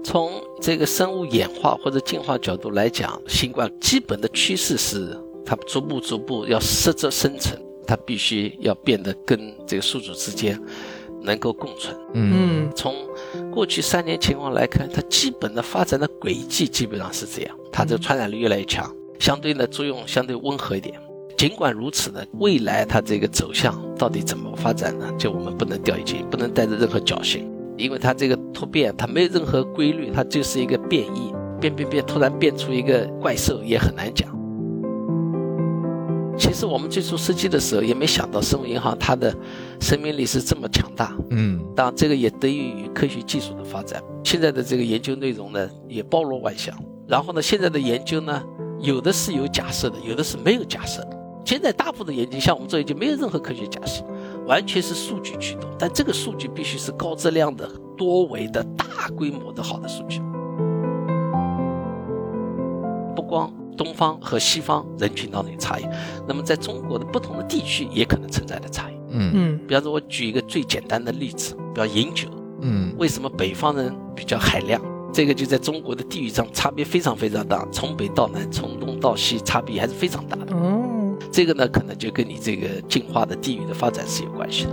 从这个生物演化或者进化角度来讲，新冠基本的趋势是它逐步要适者生存，它必须要变得跟这个宿主之间能够共存。从过去3年情况来看，它基本的发展的轨迹基本上是这样，它这个传染力越来越强，相对的作用相对温和一点。尽管如此呢，未来它这个走向到底怎么发展呢？就我们不能掉以轻心，不能带着任何侥幸，因为它这个突变它没有任何规律，它就是一个变异，变，突然变出一个怪兽也很难讲。其实我们最初设计的时候也没想到生物银行它的生命力是这么强大。当然这个也得益于科学技术的发展，现在的这个研究内容呢也包罗万象。然后呢，现在的研究呢，有的是有假设的，有的是没有假设的。现在大部分的研究，像我们这研究没有任何科学假设，完全是数据驱动，但这个数据必须是高质量的、多维的、大规模的好的数据。不光东方和西方人群当中有差异，那么在中国的不同的地区也可能存在的差异。比方说我举一个最简单的例子，比方饮酒。为什么北方人比较海量？这个就在中国的地域上差别非常非常大，从北到南，从东到西，差别还是非常大的。这个呢，可能就跟你这个进化的地域的发展是有关系的。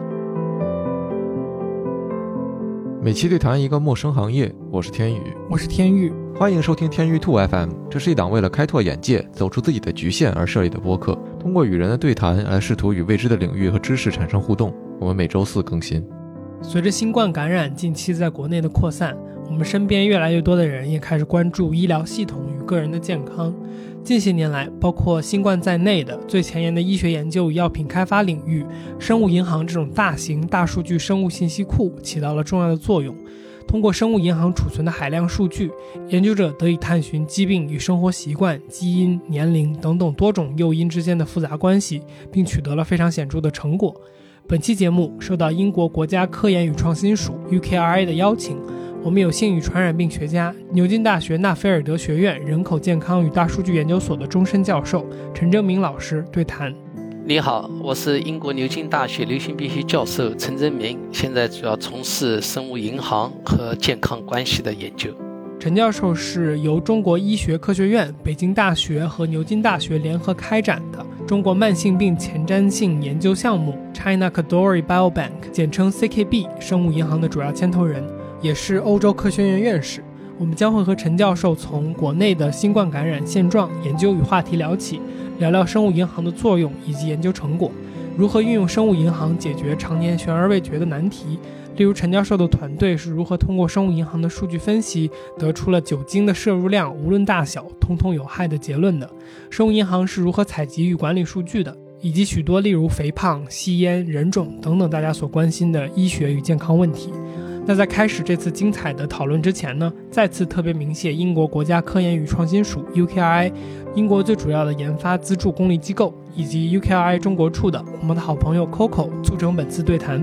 每期对谈一个陌生行业，我是天宇， 我是天宇， 欢迎收听天宇兔 FM。这是一档为了开拓眼界、走出自己的局限而设立的播客，通过与人的对谈来试图与未知的领域和知识产生互动。我们每周4更新。 随着新冠感染近期在国内的扩散，我们身边越来越多的人也开始关注医疗系统与个人的健康。近些年来，包括新冠在内的最前沿的医学研究与药品开发领域，生物银行这种大型大数据生物信息库起到了重要的作用。通过生物银行储存的海量数据，研究者得以探寻疾病与生活习惯、基因、年龄等等多种诱因之间的复杂关系，并取得了非常显著的成果。本期节目受到英国国家科研与创新署 UKRA 的邀请，我们有幸与传染病学家、牛津大学纳菲尔德学院人口健康与大数据研究所的终身教授陈正明老师对谈。 你好，我是英国牛津大学流行病学教授陈正明，现在主要从事生物银行和健康关系的研究。 陈教授是由中国医学科学院、北京大学和牛津大学联合开展的中国慢性病前瞻性研究项目 China Kadoorie Biobank 简称 CKB 生物银行的主要牵头人，也是欧洲科学院院士。我们将会和陈教授从国内的新冠感染现状、研究与话题聊起，聊聊生物银行的作用以及研究成果，如何运用生物银行解决常年悬而未决的难题。例如陈教授的团队是如何通过生物银行的数据分析得出了酒精的摄入量无论大小通通有害的结论的，生物银行是如何采集与管理数据的，以及许多例如肥胖、吸烟、人种等等大家所关心的医学与健康问题。那在开始这次精彩的讨论之前呢，再次特别鸣谢英国国家科研与创新署 UKRA 英国最主要的研发资助公立机构，以及 UKRA 中国处的我们的好朋友 Coco 促成本次对谈。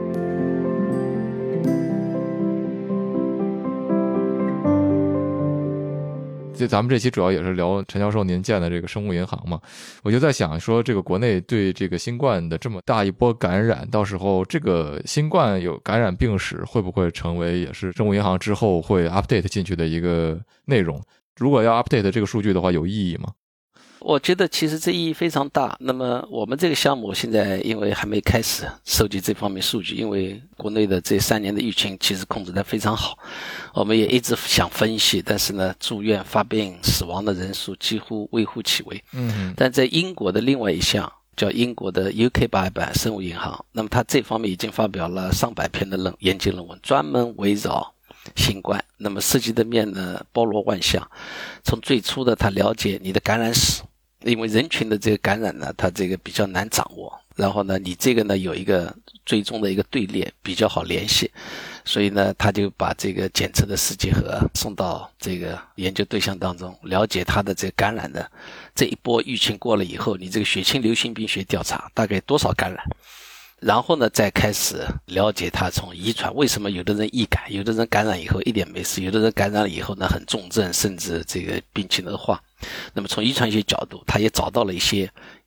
咱们这期主要也是聊陈教授您建的这个生物银行嘛，我就在想说，这个国内对这个新冠的这么大一波感染，到时候这个新冠有感染病史会不会成为也是生物银行之后会 update 进去的一个内容？如果要 update 这个数据的话，有意义吗？ 我觉得其实这意义非常大。那么我们这个项目现在因为还没开始收集这方面数据，因为国内的这3年的疫情其实控制得非常好，我们也一直想分析，但是呢，住院、发病、死亡的人数几乎微乎其微。但在英国的另外一项叫英国的 UK 800生物银行，那么它这方面已经发表了上百篇的研究论文，专门围绕新冠，那么涉及的面呢包罗万象。从最初的他了解你的感染史，因为人群的这个感染呢，它这个比较难掌握，然后呢你这个呢有一个最终的一个队列比较好联系，所以呢他就把这个检测的试剂盒送到这个研究对象当中，了解他的这个感染的这一波疫情过了以后，你这个血清流行病学调查大概多少感染，然后呢再开始了解他从遗传，为什么有的人易感，有的人感染以后一点没事，有的人感染了以后呢很重症，甚至这个病情恶化。那么从遗传学角度他也找到了一些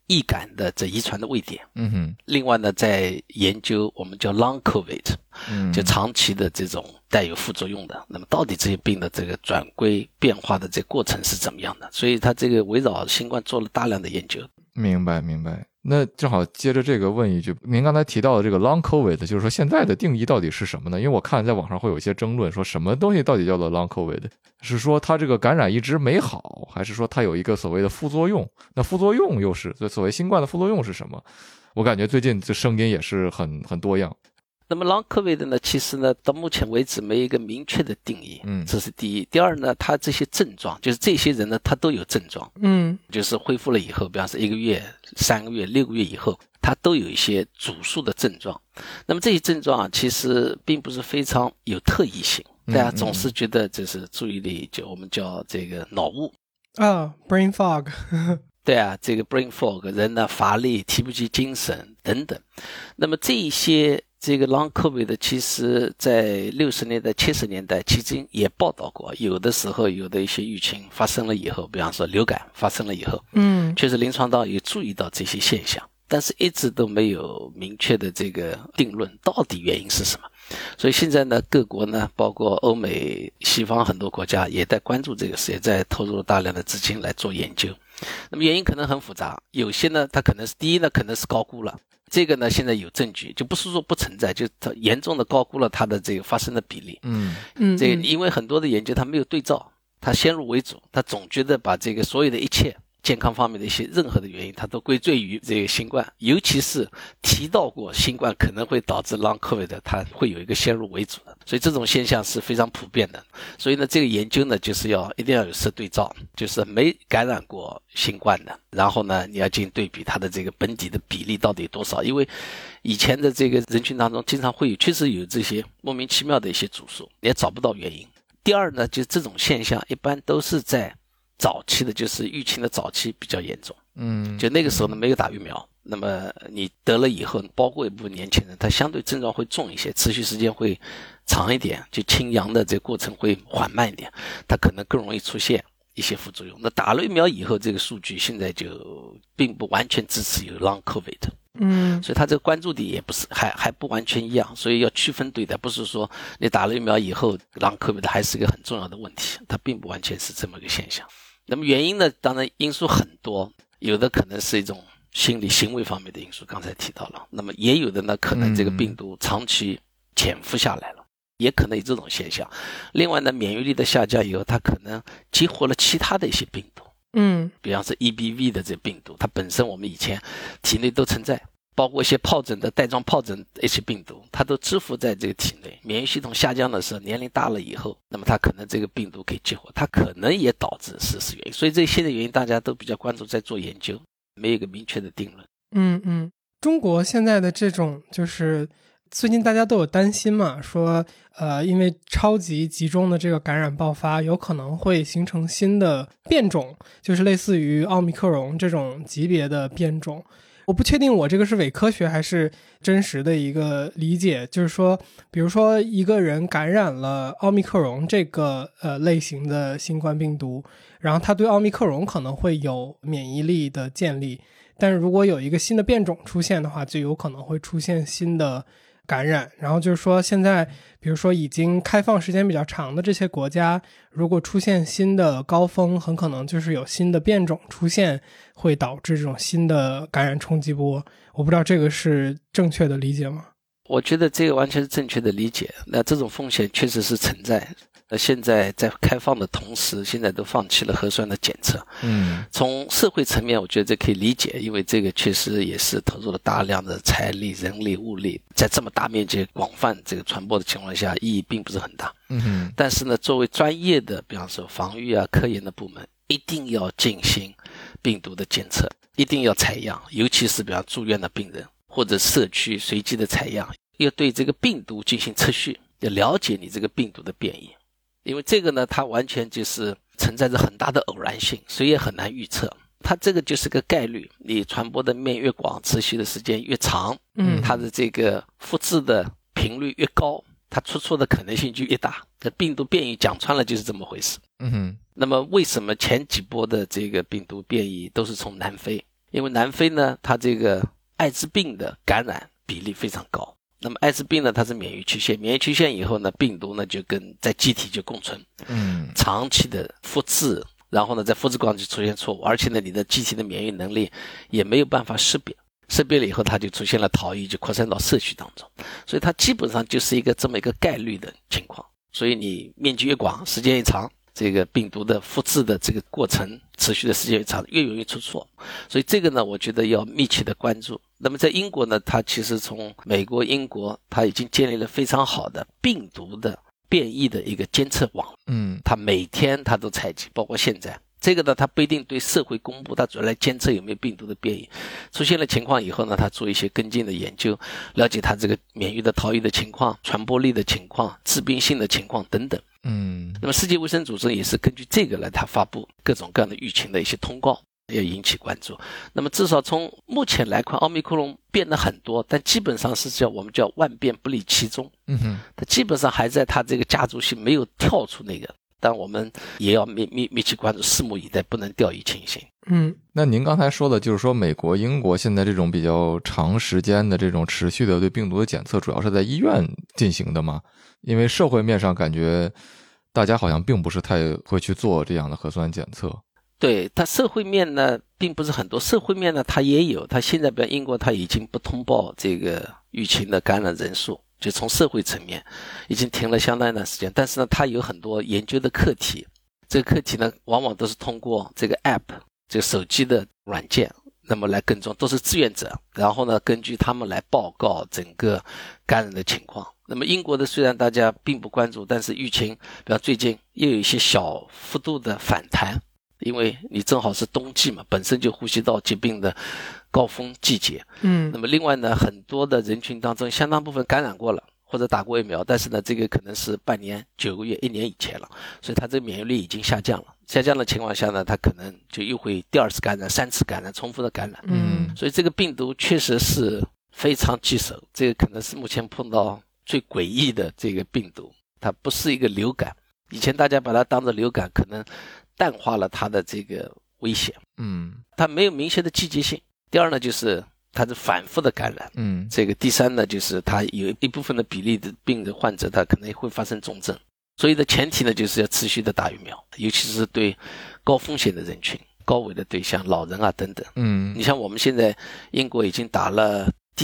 易感的这遗传的位点。 另外呢，在研究我们叫 long COVID，就长期的这种带有副作用的。那么到底这些病的这个转归变化的这过程是怎么样的？所以他这个围绕新冠做了大量的研究。 明白。那正好接着这个问一句，您刚才提到的这个 long COVID， 就是说现在的定义到底是什么呢？因为我看在网上会有一些争论，说什么东西到底叫做 long COVID， 是说它这个感染一直没好，还是说它有一个所谓的副作用？那副作用又是所谓新冠的副作用是什么？我感觉最近这声音也是很多样。 那么 long COVID 呢，其实呢到目前为止没有一个明确的定义，这是第一。第二呢，他这些症状，就是这些人呢他都有症状，就是恢复了以后，比方说1个月、3个月、6个月以后，他都有一些主诉的症状。那么这些症状其实并不是非常有特异性，大家总是觉得就是注意力，就我们叫这个脑雾 brain fog 对啊，这个 brain fog， 人呢乏力、提不起精神等等。那么这一些这个 long COVID 其实在60年代、70年代其实也报道过，有的时候有的一些疫情发生了以后，比方说流感发生了以后，确实临床上也注意到这些现象，但是一直都没有明确的这个定论，到底原因是什么。所以现在呢，各国呢，包括欧美、西方很多国家也在关注这个事，也在投入了大量的资金来做研究。那么原因可能很复杂，有些呢，它可能是第一呢，可能是高估了。这个呢，现在有证据，就不是说不存在，就它严重的高估了它的这个发生的比例。这个因为很多的研究它没有对照，它先入为主，它总觉得把这个所有的一切健康方面的一些任何的原因，它都归罪于这个新冠，尤其是提到过新冠可能会导致 long COVID 的，它会有一个先入为主的，所以这种现象是非常普遍的。所以呢，这个研究呢，就是一定要有色对照，就是没感染过新冠的，然后呢，你要进行对比它的这个本体的比例到底多少，因为以前的这个人群当中经常会有，确实有这些莫名其妙的一些主诉，你也找不到原因。第二呢，就这种现象一般都是在早期的，就是疫情的早期比较严重，就那个时候呢没有打疫苗，那么你得了以后，包括一部分年轻人，他相对症状会重一些，持续时间会长一点，就清阳的这个过程会缓慢一点，他可能更容易出现一些副作用。那打了疫苗以后，这个数据现在就并不完全支持有 long COVID，所以他这个关注点也不是还不完全一样，所以要区分对待，不是说你打了疫苗以后 long COVID 还是一个很重要的问题，它并不完全是这么一个现象。那么原因呢，当然因素很多，有的可能是一种心理行为方面的因素，刚才提到了，那么也有的呢，可能这个病毒长期潜伏下来了，也可能有这种现象。另外呢，免疫力的下降以后，它可能激活了其他的一些病毒，比方说 EBV 的这病毒，它本身我们以前体内都存在，包括一些疱疹的带状疱疹一些病毒，它都蛰伏在这个体内，免疫系统下降的时候，年龄大了以后，那么它可能这个病毒可以激活，它可能也导致是原因。所以这些的原因大家都比较关注，在做研究，没有一个明确的定论。 中国现在的这种就是最近大家都有担心嘛，说因为超级集中的这个感染爆发，有可能会形成新的变种，就是类似于奥密克戎这种级别的变种。我不确定我这个是伪科学还是真实的一个理解，就是说比如说一个人感染了奥密克戎这个类型的新冠病毒，然后他对奥密克戎可能会有免疫力的建立，但是如果有一个新的变种出现的话，就有可能会出现新的感染。然后就是说现在比如说已经开放时间比较长的这些国家，如果出现新的高峰，很可能就是有新的变种出现，会导致这种新的感染冲击波。我不知道这个是正确的理解吗？ 我觉得这个完全是正确的理解，那这种风险确实是存在。现在在开放的同时，现在都放弃了核酸的检测。从社会层面我觉得这可以理解，因为这个确实也是投入了大量的财力、人力、物力，在这么大面积广泛这个传播的情况下，意义并不是很大。但是呢，作为专业的比方说防御啊、科研的部门，一定要进行病毒的检测，一定要采样，尤其是比方住院的病人或者社区随机的采样，要对这个病毒进行测序，要了解你这个病毒的变异。因为这个呢，它完全就是存在着很大的偶然性，谁也很难预测。它这个就是个概率，你传播的面越广，持续的时间越长，它的这个复制的频率越高，它出错的可能性就越大。这病毒变异讲穿了就是这么回事。那么为什么前几波的这个病毒变异都是从南非？ 因为南非呢，它这个艾滋病的感染比例非常高。那么艾滋病呢，它是免疫曲线，免疫曲线以后呢，病毒呢就跟在机体就共存，长期的复制，然后呢在复制过程中出现错误，而且呢你的机体的免疫能力也没有办法识别了以后，它就出现了逃逸，就扩散到社区当中，所以它基本上就是一个这么一个概率的情况。所以你面积越广，时间越长，这个病毒的复制的这个过程持续的时间越长，越容易出错。所以这个呢，我觉得要密切的关注。那么在英国呢，它其实从美国、英国，它已经建立了非常好的病毒的变异的一个监测网。它每天它都采集，包括现在。这个呢，它不一定对社会公布，它主要来监测有没有病毒的变异。出现了情况以后呢，它做一些跟进的研究，了解它这个免疫的逃逸的情况、传播力的情况、致病性的情况等等。那么世界卫生组织也是根据这个来，它发布各种各样的疫情的一些通告，要引起关注。那么至少从目前来看，奥密克戎变得很多，但基本上是我们叫万变不离其宗。它基本上还在它这个家族性没有跳出那个。但我们也要密切关注，拭目以待，不能掉以轻心。 那您刚才说的就是说美国、英国现在这种比较长时间的这种持续的对病毒的检测，主要是在医院进行的吗？因为社会面上感觉大家好像并不是太会去做这样的核酸检测。 对，它社会面呢并不是很多，社会面呢它也有，它现在比如英国它已经不通报这个疫情的感染人数，就从社会层面已经停了相当一段时间。但是呢，它有很多研究的课题，这个课题呢往往都是通过这个 app 这个手机的软件，那么来跟踪，都是志愿者，然后呢根据他们来报告整个感染的情况。那么英国的虽然大家并不关注，但是疫情比方最近又有一些小幅度的反弹，因为你正好是冬季嘛，本身就呼吸道疾病的高峰季节。那么另外呢，很多的人群当中相当部分感染过了或者打过疫苗，但是呢这个可能是半年、9个月、1年以前了，所以他这个免疫力已经下降了。下降的情况下呢，他可能就又会第二次感染、3次感染、重复的感染。所以这个病毒确实是非常棘手，这个可能是目前碰到最诡异的这个病毒。它不是一个流感，以前大家把它当作流感，可能淡化了它的这个危险。它没有明显的季节性。第二呢，就是它是反复的感染。这个第三呢，就是它有一部分的比例的病人患者，他可能会发生重症。所以的前提呢，就是要持续的打疫苗，尤其是对高风险的人群、高危的对象、老人啊等等。你像我们现在英国已经打了第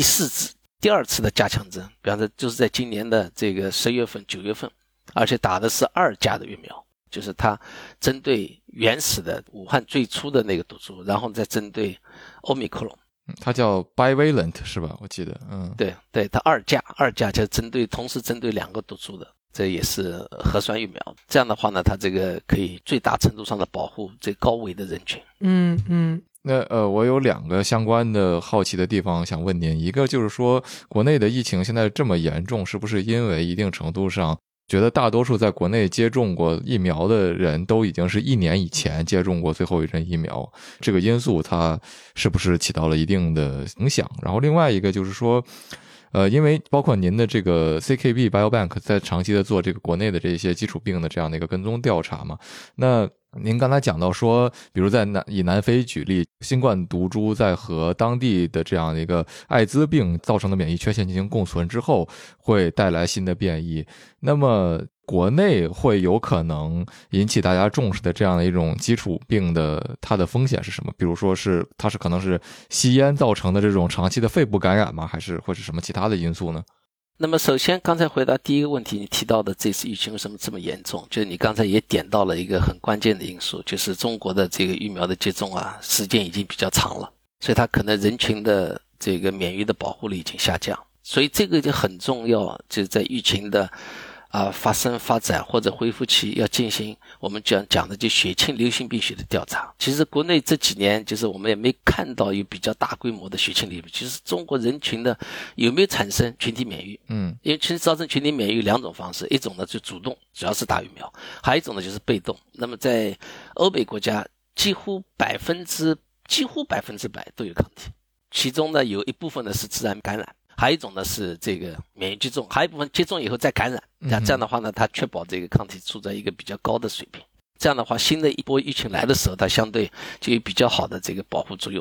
2次的加强针，比方说就是在今年的这个10月份、9月份，而且打的是2价的疫苗，就是它针对原始的武汉最初的那个毒株，然后再针对欧米克戎。 它叫 bivalent 是吧？我记得。 对，它2价就同时针对2个毒株的，这也是核酸疫苗。这样的话呢，它这个可以最大程度上的保护这高危的人群。 那我有2个相关的好奇的地方想问您，一个就是说国内的疫情现在这么严重，是不是因为一定程度上觉得大多数在国内接种过疫苗的人都已经是1年以前接种过最后一针疫苗，这个因素它是不是起到了一定的影响？然后另外一个就是说因为包括您的这个 CKB Biobank 在长期的做这个国内的这些基础病的这样的一个跟踪调查嘛，那您刚才讲到说，比如以南非举例，新冠毒株在和当地的这样的一个艾滋病造成的免疫缺陷进行共存之后，会带来新的变异。那么国内会有可能引起大家重视的这样的一种基础病的它的风险是什么？比如说它是可能是吸烟造成的这种长期的肺部感染吗？还是会是什么其他的因素呢？ 那么首先刚才回答第一个问题，你提到的这次疫情为什么这么严重，就是你刚才也点到了一个很关键的因素，就是中国的这个疫苗的接种啊，时间已经比较长了，所以它可能人群的这个免疫的保护力已经下降，所以这个就很重要，就是在疫情的发生发展或者恢复期要进行我们讲的就血清流行病学的调查。其实国内这几年就是我们也没看到有比较大规模的血清流行病，其实中国人群的有没有产生群体免疫，因为其实造成群体免疫有2种方式，一种呢就主动，主要是打疫苗，还有一种呢就是被动。那么在欧美国家几乎100%都有抗体，其中呢有一部分呢是自然感染，还有一种呢是这个免疫接种，还有一部分接种以后再感染。这样的话呢，它确保这个抗体处在一个比较高的水平。这样的话，新的一波疫情来的时候，它相对就有比较好的这个保护作用。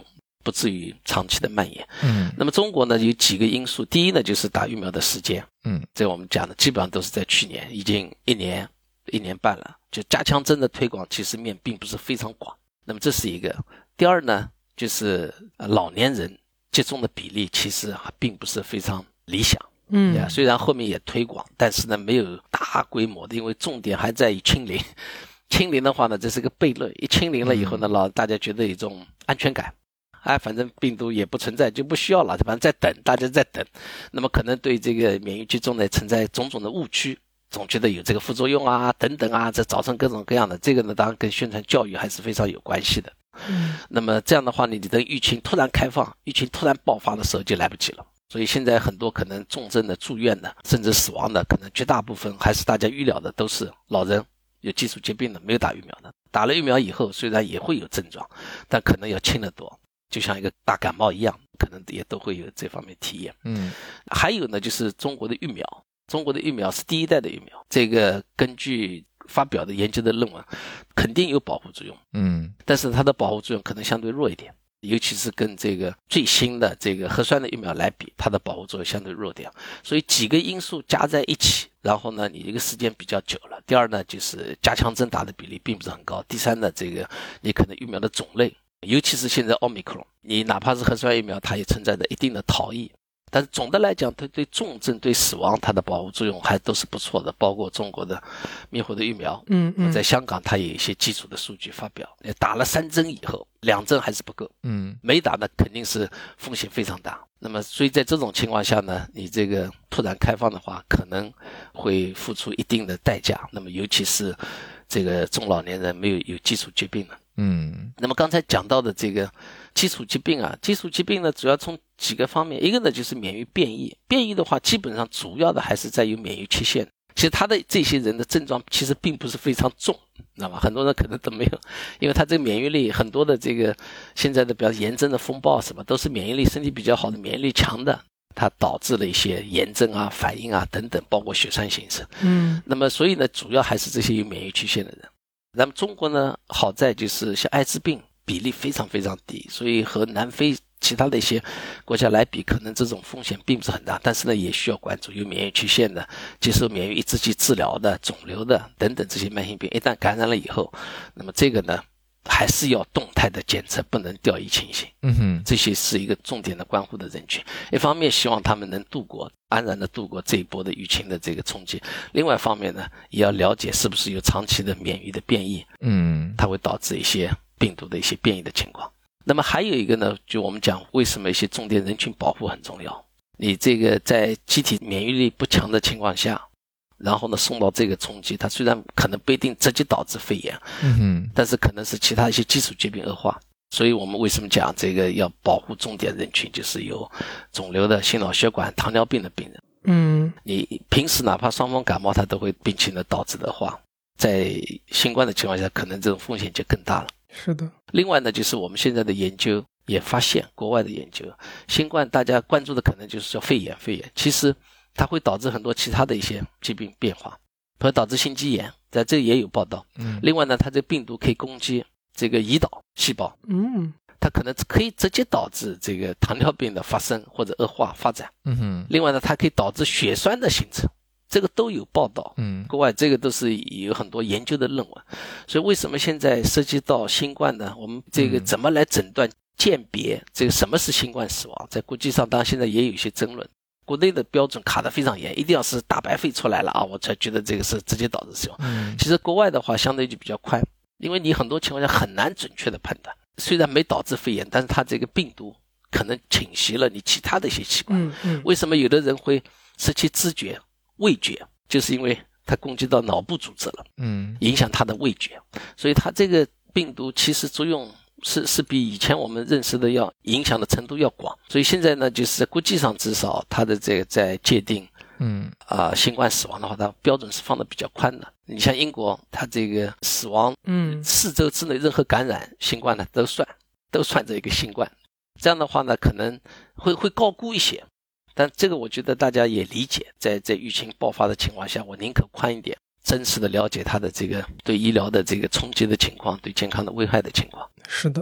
不至于长期的蔓延。那么中国呢有几个因素，第一呢就是打疫苗的时间，这我们讲的基本上都是在去年，已经1年半了，就加强针的推广其实面并不是非常广，那么这是一个。第二呢就是老年人接种的比例其实并不是非常理想。虽然后面也推广，但是呢没有大规模的，因为重点还在于清零。清零的话呢，这是个悖论，一清零了以后呢，大家觉得有一种安全感，反正病毒也不存在，就不需要了，反正在等，大家在等。那么可能对这个免疫接种呢存在种种的误区，总觉得有这个副作用啊等等啊，这造成各种各样的，这个呢当然跟宣传教育还是非常有关系的。那么这样的话，你等疫情突然开放，疫情突然爆发的时候就来不及了。所以现在很多可能重症的住院的甚至死亡的，可能绝大部分还是大家预料的都是老人，有基础疾病的，没有打疫苗的。打了疫苗以后虽然也会有症状，但可能要轻得多，就像一个大感冒一样，可能也都会有这方面体验。还有呢就是中国的疫苗，中国的疫苗是第一代的疫苗，这个根据发表的研究的论文肯定有保护作用，但是它的保护作用可能相对弱一点，尤其是跟这个最新的这个核酸的疫苗来比，它的保护作用相对弱点。所以几个因素加在一起，然后呢你一个时间比较久了，第二呢就是加强针打的比例并不是很高，第三呢这个你可能疫苗的种类，尤其是现在奥密克戎，你哪怕是核酸疫苗它也存在着一定的逃逸，但是总的来讲它对重症对死亡它的保护作用还都是不错的，包括中国的灭活的疫苗，在香港它也有一些基础的数据发表，打了3针以后2针还是不够，没打的肯定是风险非常大。那么所以在这种情况下呢，你这个突然开放的话可能会付出一定的代价，那么尤其是这个中老年人没有基础疾病的。那么刚才讲到的这个基础疾病啊，基础疾病呢主要从几个方面，一个呢就是免疫变异，变异的话基本上主要的还是在于免疫缺陷，其实他的这些人的症状其实并不是非常重，知道吗？很多人可能都没有，因为他这个免疫力很多的这个现在的比较炎症的风暴什么都是免疫力身体比较好的免疫力强的，它导致了一些炎症啊反应啊等等，包括血栓形成。那么所以呢主要还是这些有免疫缺陷的人。那么中国呢好在就是像艾滋病比例非常非常低，所以和南非其他的一些国家来比，可能这种风险并不是很大，但是呢也需要关注有免疫缺陷的、接受免疫抑制剂治疗的、肿瘤的等等这些慢性病，一旦感染了以后，那么这个呢还是要动态的检测，不能掉以轻心。这些是一个重点的关乎的人群，一方面希望他们能安然的度过这一波的疫情的这个冲击，另外一方面呢也要了解是不是有长期的免疫的变异，它会导致一些病毒的一些变异的情况。那么还有一个呢，就我们讲为什么一些重点人群保护很重要，你这个在机体免疫力不强的情况下，然后呢受到这个冲击，它虽然可能不一定直接导致肺炎，但是可能是其他一些基础疾病恶化。所以我们为什么讲这个要保护重点人群，就是有肿瘤的、心脑血管、糖尿病的病人。你平时哪怕伤风感冒它都会病情的导致的话，在新冠的情况下可能这种风险就更大了。 是的。 另外呢就是我们现在的研究也发现，国外的研究，新冠大家关注的可能就是叫肺炎，其实它会导致很多其他的一些疾病变化，会导致心肌炎，在这也有报道。另外呢它这个病毒可以攻击这个胰岛细胞，它可能可以直接导致这个糖尿病的发生或者恶化发展。另外呢它可以导致血栓的形成，这个都有报道。国外这个都是有很多研究的论文。所以为什么现在涉及到新冠呢，我们这个怎么来诊断鉴别这个什么是新冠死亡，在国际上当然现在也有一些争论，国内的标准卡得非常严，一定要是大白肺出来了啊，我才觉得这个是直接导致死亡。其实国外的话相对就比较宽，因为你很多情况下很难准确的判断，虽然没导致肺炎，但是它这个病毒可能侵袭了你其他的一些器官。为什么有的人会失去知觉、味觉，就是因为它攻击到脑部组织了，影响它的味觉。所以它这个病毒其实作用是比以前我们认识的要影响的程度要广。所以现在呢就是在国际上至少它的这个在界定新冠死亡的话，它标准是放的比较宽的。你像英国，它这个死亡4周之内任何感染新冠呢都算这一个新冠，这样的话呢可能会高估一些，但这个我觉得大家也理解，在疫情爆发的情况下，我宁可宽一点，真实的了解它的这个对医疗的这个冲击的情况，对健康的危害的情况。 是的。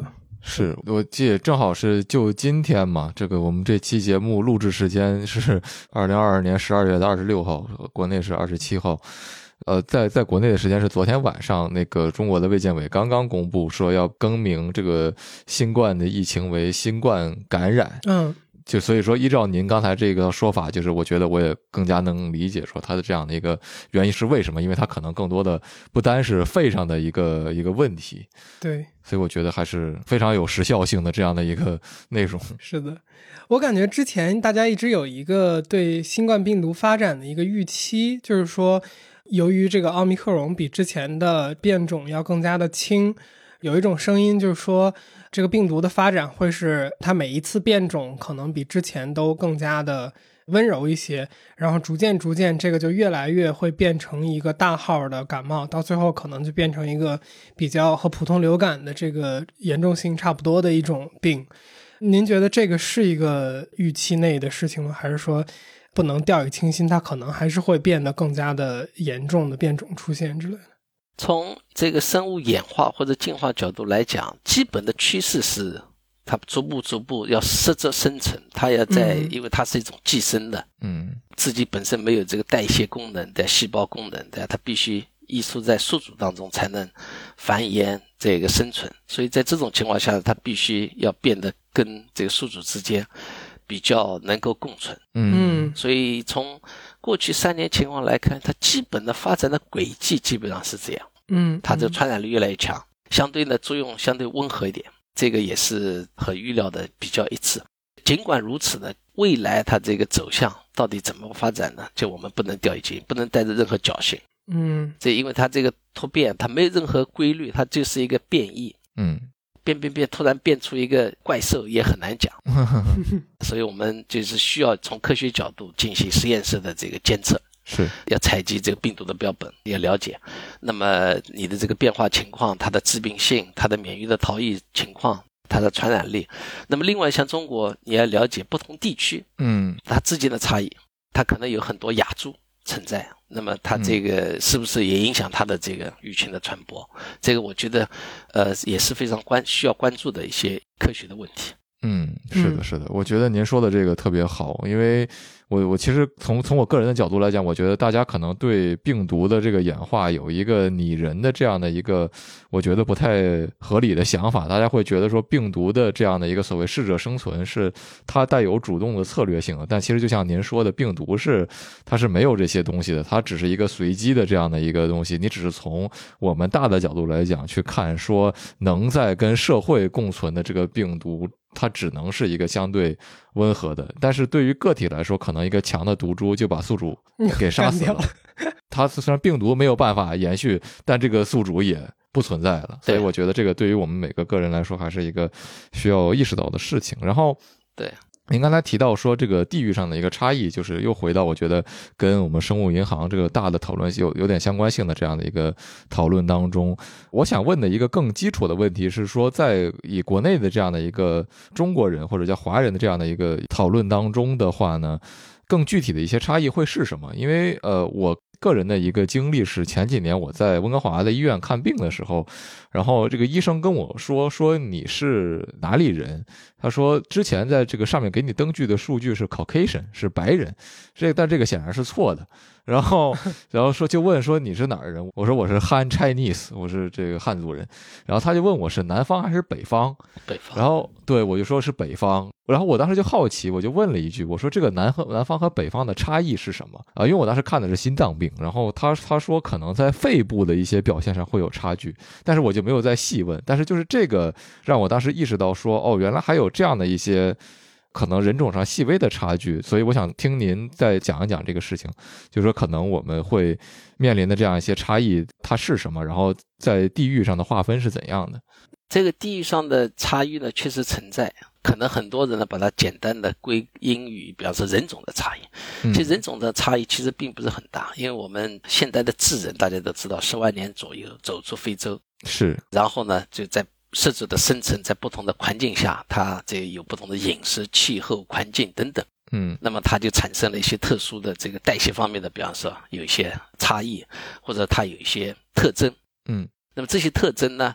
是，我记得正好是就今天嘛，这个我们这期节目录制时间是2022年12月26号，国内是27号。在国内的时间是昨天晚上，那个中国的卫健委刚刚公布说要更名这个新冠的疫情为新冠感染。就所以说依照您刚才这个说法，就是我觉得我也更加能理解说它的这样的一个原因是为什么，因为它可能更多的不单是肺上的一个问题。 对， 所以我觉得还是非常有时效性的这样的一个内容。 是的，我感觉之前大家一直有一个对新冠病毒发展的一个预期，就是说由于这个奥密克戎比之前的变种要更加的轻，有一种声音就是说这个病毒的发展会是它每一次变种可能比之前都更加的温柔一些，然后逐渐这个就越来越会变成一个大号的感冒，到最后可能就变成一个比较和普通流感的这个严重性差不多的一种病。您觉得这个是一个预期内的事情吗？还是说不能掉以轻心，它可能还是会变得更加的严重的变种出现之类的？ 从这个生物演化或者进化角度来讲，基本的趋势是它逐步要适者生存，它要在，因为它是一种寄生的，自己本身没有这个代谢功能的细胞功能的，它必须溢出在宿主当中才能繁衍这个生存，所以在这种情况下，它必须要变得跟这个宿主之间比较能够共存。所以从过去3年情况来看，它基本的发展的轨迹基本上是这样。它这个传染力越来越强，相对的作用相对温和一点，这个也是和预料的比较一致。尽管如此呢，未来它这个走向到底怎么发展呢？就我们不能掉以轻心，不能带着任何侥幸。这因为它这个突变，它没有任何规律，它就是一个变异。变突然变出一个怪兽也很难讲。所以我们就是需要从科学角度进行实验室的这个监测， 是要采集这个病毒的标本，要了解那么你的这个变化情况，它的致病性，它的免疫的逃逸情况，它的传染力。那么另外像中国，你要了解不同地区它之间的差异，它可能有很多亚株存在，那么它这个是不是也影响它的这个疫情的传播？这个我觉得也是非常需要关注的一些科学的问题。 是的，我觉得您说的这个特别好，因为我其实从我个人的角度来讲，我觉得大家可能对病毒的这个演化有一个拟人的这样的一个我觉得不太合理的想法，大家会觉得说病毒的这样的一个所谓适者生存是它带有主动的策略性的，但其实就像您说的，病毒它是没有这些东西的，它只是一个随机的这样的一个东西，你只是从我们大的角度来讲去看说能在跟社会共存的这个病毒，它只能是一个相对温和的，但是对于个体来说，可能一个强的毒株就把宿主给杀死了。它虽然病毒没有办法延续，但这个宿主也不存在了。所以我觉得这个对于我们每个个人来说，还是一个需要意识到的事情。然后， 对。 您刚才提到说这个地域上的一个差异，就是又回到我觉得跟我们生物银行这个大的讨论有点相关性的这样的一个讨论当中，我想问的一个更基础的问题是说，在以国内的这样的一个中国人或者叫华人的这样的一个讨论当中的话呢，更具体的一些差异会是什么？因为我个人的一个经历是前几年我在温哥华的医院看病的时候，然后这个医生跟我说你是哪里人？他说之前在这个上面给你登记的数据是 Caucasian 是白人，但这个显然是错的。然后说就问说你是哪儿人？我说我是 Han Chinese， 我是这个汉族人。然后他就问我是南方还是北方？ 北方。 然后对我就说是北方。然后我当时就好奇，我就问了一句，我说这个南方和北方的差异是什么啊？因为我当时看的是心脏病，然后他说可能在肺部的一些表现上会有差距，但是我就没有再细问。但是就是这个让我当时意识到说，哦，原来还有这样的一些可能人种上细微的差距，所以我想听您再讲一讲这个事情，就是说可能我们会面临的这样一些差异它是什么，然后在地域上的划分是怎样的。 这个地域上的差异呢确实存在，可能很多人呢把它简单的归因于比方说人种的差异，其实人种的差异其实并不是很大，因为我们现代的智人大家都知道10万年左右走出非洲， 是， 然后呢就在适者的生存，在不同的环境下，它这有不同的饮食、气候、环境等等，那么它就产生了一些特殊的这个代谢方面的，比方说有一些差异，或者它有一些特征，那么这些特征呢，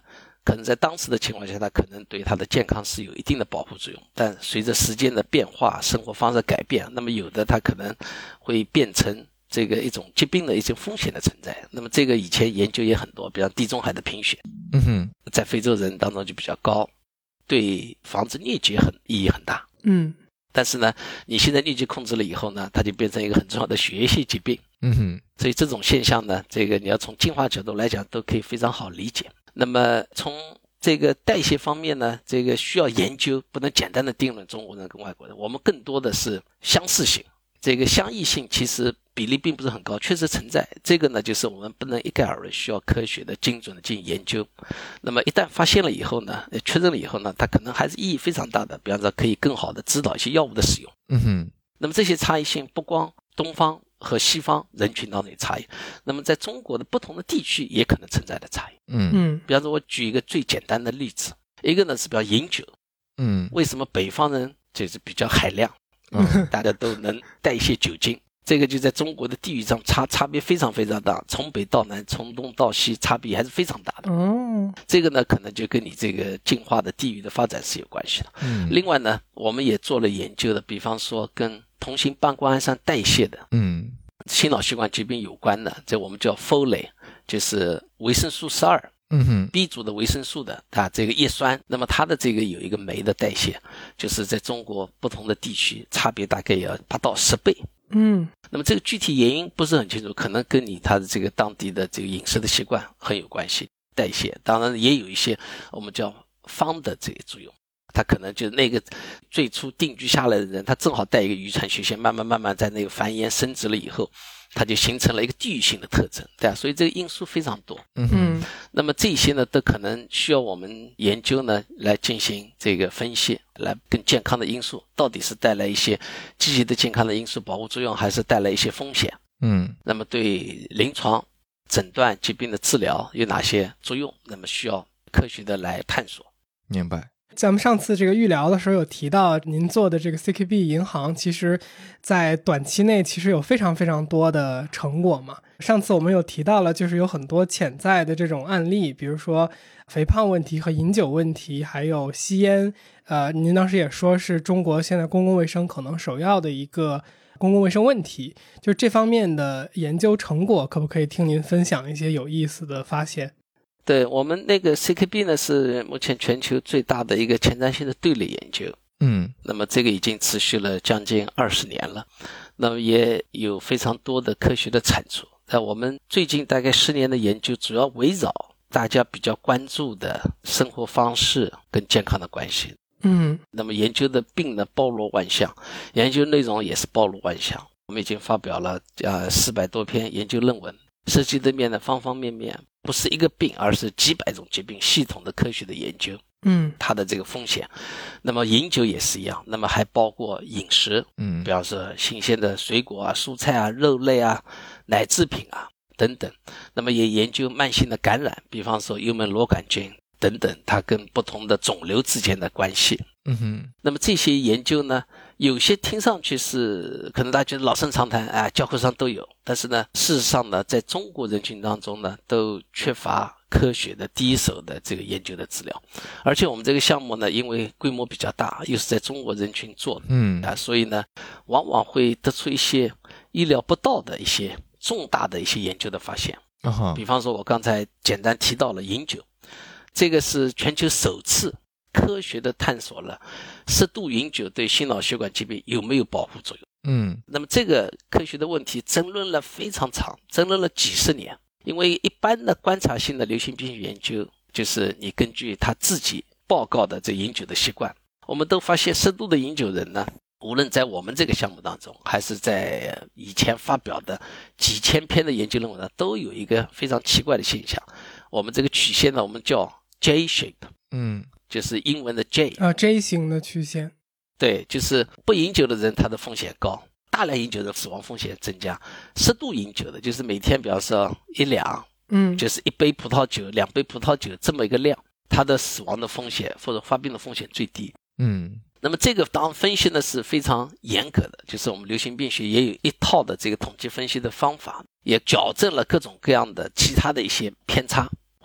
可能在当时的情况下，它可能对它的健康是有一定的保护作用，但随着时间的变化，生活方式改变，那么有的它可能会变成这个一种疾病的一些风险的存在。那么这个以前研究也很多，比方地中海的贫血，在非洲人当中就比较高，对防止疟疾意义很大。但是呢，你现在疟疾控制了以后呢，它就变成一个很重要的血液性疾病。所以这种现象呢，这个你要从进化角度来讲，都可以非常好理解。那么从这个代谢方面呢，这个需要研究，不能简单的定论中国人跟外国人，我们更多的是相似性。这个相异性其实比例并不是很高，确实存在。这个呢，就是我们不能一概而论，需要科学的精准的进行研究。那么一旦发现了以后呢，确认了以后呢，它可能还是意义非常大的，比方说可以更好的指导一些药物的使用。那么这些差异性不光东方和西方人群当中有差异，那么在中国的不同的地区也可能存在的差异。比方说我举一个最简单的例子，一个呢是比较饮酒。为什么北方人就是比较海量，大家都能带一些酒精，这个就在中国的地域上差别非常非常大，从北到南，从东到西，差别还是非常大的。这个呢可能就跟你这个进化的地域的发展是有关系的。另外呢，我们也做了研究的，比方说跟同型半胱氨酸代谢的心脑血管疾病有关的，这我们叫 Folate， 就是维生素12B 族的维生素的这个叶酸，那么它的这个有一个酶的代谢，就是在中国不同的地区差别大概要8到10倍。那么这个具体原因不是很清楚，可能跟它的这个当地的这个饮食的习惯很有关系。代谢当然也有一些我们叫方的这个作用，他可能就是那个最初定居下来的人，他正好带一个遗传曲线，慢慢在那个繁衍生殖了以后，它就形成了一个地域性的特征，对啊，所以这个因素非常多。那么这些呢，都可能需要我们研究呢来进行这个分析，来跟健康的因素到底是带来一些积极的健康的因素保护作用，还是带来一些风险。那么对临床诊断疾病的治疗有哪些作用，那么需要科学的来探索。 明白。 咱们上次这个预聊的时候有提到，您做的这个 CKB 银行其实在短期内其实有非常非常多的成果嘛。上次我们有提到了，就是有很多潜在的这种案例，比如说肥胖问题和饮酒问题，还有吸烟。您当时也说是中国现在公共卫生可能首要的一个公共卫生问题，就这方面的研究成果，可不可以听您分享一些有意思的发现？ 对，我们那个 CKB 呢是目前全球最大的一个前瞻性的队列研究。那么这个已经持续了将近20年了，那么也有非常多的科学的产出。我们最近大概10年的研究主要围绕大家比较关注的生活方式跟健康的关系。那么研究的病呢包罗万象，研究内容也是包罗万象。我们已经发表了400多篇研究论文，涉及的面的方方面面，不是一个病，而是几百种疾病系统的科学的研究。它的这个风险，那么饮酒也是一样，那么还包括饮食，比方说新鲜的水果啊、蔬菜啊、肉类啊、奶制品啊等等。那么也研究慢性的感染，比方说幽门螺杆菌等等，它跟不同的肿瘤之间的关系。那么这些研究呢，有些听上去是可能大家觉得老生常谈，教科上都有，但是呢，事实上呢，在中国人群当中呢，都缺乏科学的第一手的这个研究的资料。而且我们这个项目呢，因为规模比较大，又是在中国人群做的，所以呢，往往会得出一些意料不到的一些重大的一些研究的发现。比方说我刚才简单提到了饮酒，这个是全球首次科学的探索了适度饮酒对心脑血管疾病有没有保护作用。那么这个科学的问题争论了非常长，争论了几十年。因为一般的观察性的流行病学研究，就是你根据他自己报告的这饮酒的习惯，我们都发现适度的饮酒人呢，无论在我们这个项目当中，还是在以前发表的几千篇的研究论文呢，都有一个非常奇怪的现象。我们这个曲线呢，我们叫 J shape，就是英文的 J 型的曲线。 对，就是不饮酒的人他的风险高，大量饮酒的死亡风险增加。适度饮酒的，就是每天比方说1两，就是1杯葡萄酒、2杯葡萄酒这么一个量，他的死亡的风险或者发病的风险最低。那么这个当然分析呢是非常严格的，就是我们流行病学也有一套的这个统计分析的方法，也矫正了各种各样的其他的一些偏差，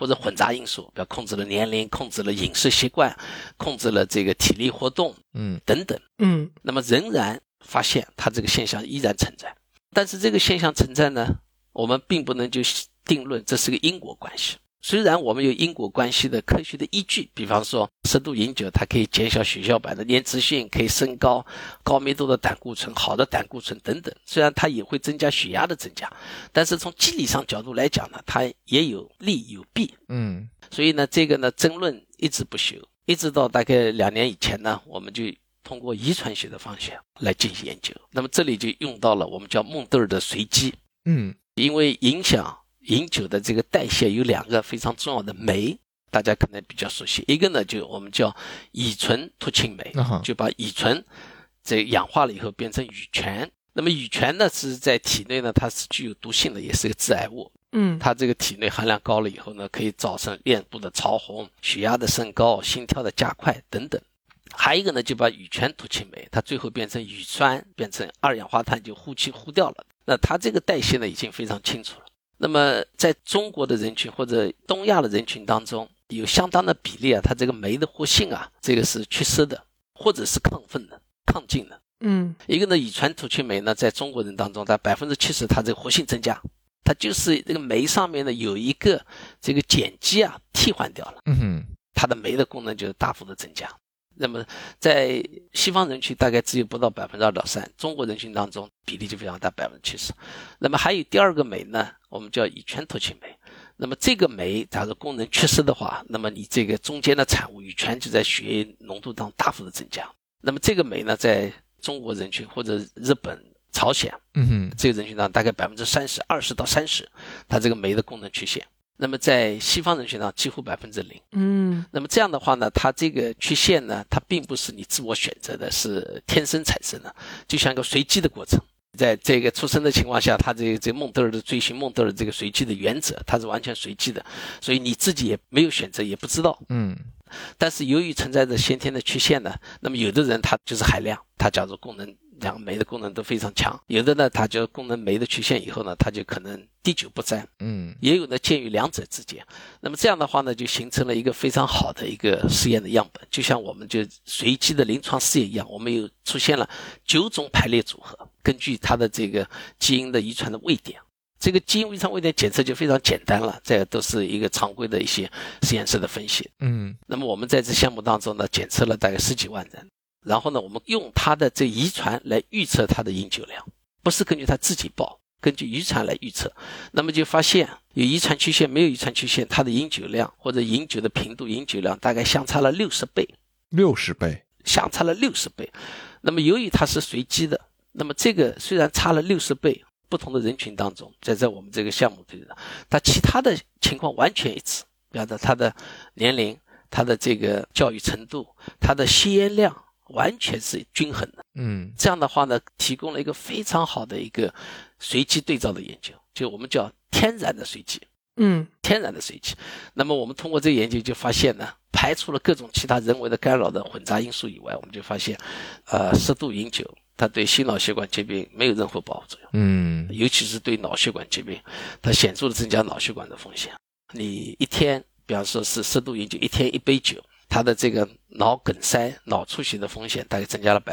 或者混杂因素，比如控制了年龄，控制了饮食习惯，控制了这个体力活动，等等，那么仍然发现它这个现象依然存在。但是这个现象存在呢，我们并不能就定论这是个因果关系。虽然我们有因果关系的科学的依据，比方说适度饮酒它可以减小血小板的粘滞性，可以升高高密度的胆固醇，好的胆固醇等等，虽然它也会增加血压的增加，但是从机理上角度来讲呢，它也有利有弊。所以呢这个呢争论一直不休，一直到大概2年以前呢，我们就通过遗传学的方向来进行研究。那么这里就用到了我们叫孟德尔的随机。因为影响饮酒的这个代谢有2个非常重要的酶，大家可能比较熟悉。一个呢就我们叫乙醇突氰酶，就把乙醇这氧化了以后变成乙醛。那么乙醛呢是在体内呢它是具有毒性的，也是个致癌物。它这个体内含量高了以后呢，可以造成脸部的潮红、血压的升高、心跳的加快等等。还有一个呢就把乙醛突氰酶它最后变成乙酸，变成二氧化碳，就呼气呼掉了。那它这个代谢呢已经非常清楚了。那么在中国的人群或者东亚的人群当中，有相当的比例啊，它这个酶的活性啊，这个是缺失的，或者是亢奋的、亢进的。一个呢，乙醛突氰酶呢，在中国人当中，它70%它这个活性增加，它就是这个酶上面呢有一个这个碱基啊替换掉了，它的酶的功能就大幅的增加。那么在西方人群大概只有不到 2.3%， 中国人群当中比例就非常大 70%。 那么还有第2个酶呢，我们叫乙醛突氰酶。那么这个酶假如功能缺失的话，那么你这个中间的产物乙醛就在血液浓度当中大幅的增加。那么这个酶呢，在中国人群或者日本、朝鲜，这个人群当中大概 30%、20%到30%，它这个酶的功能缺陷。那么在西方人群上几乎 0%。那么这样的话呢，它这个缺陷呢，它并不是你自我选择的，是天生产生的，就像一个随机的过程。在这个出生的情况下，它这个孟德尔的追寻孟德尔这个随机的原则，它是完全随机的，所以你自己也没有选择，也不知道。但是由于存在着先天的缺陷呢，那么有的人他就是海量，他假如功能2个酶的功能都非常强，有的呢他就功能酶的缺陷以后呢，他就可能滴酒不沾，也有呢介于2者之间。那么这样的话呢，就形成了一个非常好的一个实验的样本，就像我们就随机的临床试验一样，我们有出现了9种排列组合，根据它的这个基因的遗传的位点。这个基因遗传位点检测就非常简单了，这都是一个常规的一些实验室的分析。那么我们在这项目当中呢，检测了大概10几万人，然后呢，我们用它的这遗传来预测它的饮酒量，不是根据他自己报，根据遗传来预测。那么就发现有遗传缺陷没有遗传缺陷，它的饮酒量或者饮酒的频度、饮酒量大概相差了60倍 ，60倍， 相差了60倍。那么由于它是随机的，那么这个虽然差了60倍，不同的人群当中，在我们这个项目里呢，它其他的情况完全一致，比方说他的年龄、他的这个教育程度、他的吸烟量完全是均衡的。这样的话呢，提供了一个非常好的一个随机对照的研究，就我们叫天然的随机。天然的随机。那么我们通过这个研究就发现呢，排除了各种其他人为的干扰的混杂因素以外，我们就发现适度饮酒它对心脑血管疾病没有任何保护作用。尤其是对脑血管疾病，它显著的增加脑血管的风险。你一天比方说是适度饮酒，一天1杯酒，它的这个脑梗塞、脑出血的风险大概增加了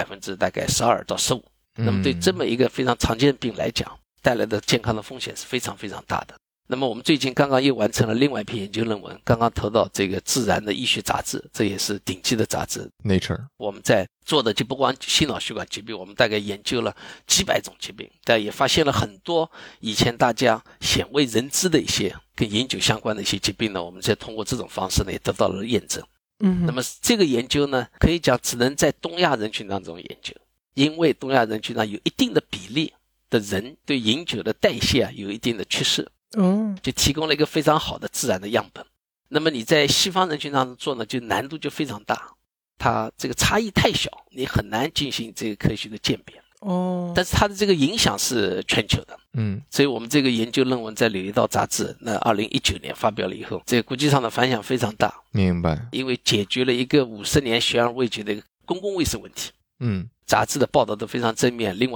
12%到15%。那么对这么一个非常常见的病来讲，带来的健康的风险是非常非常大的。那么我们最近刚刚又完成了另外一篇研究论文，刚刚投到这个自然的医学杂志，这也是顶级的杂志 Nature。 我们在做的就不光心脑血管疾病，我们大概研究了几百种疾病，但也发现了很多以前大家鲜为人知的一些跟饮酒相关的一些疾病呢，我们再通过这种方式呢也得到了验证。那么这个研究呢，可以讲只能在东亚人群当中研究，因为东亚人群上有一定的比例的人对饮酒的代谢有一定的趋势，就提供了一个非常好的自然的样本。那么你在西方人群当中做呢，就难度就非常大，它这个差异太小，你很难进行这个科学的鉴别。但是它的这个影响是全球的。所以我们这个研究论文在《柳叶刀》杂志那2019年发表了以后，这个国际上的反响非常大。 明白。 因为解决了一个50年悬而未决的一个公共卫生问题。杂志的报道都非常正面。另外呢，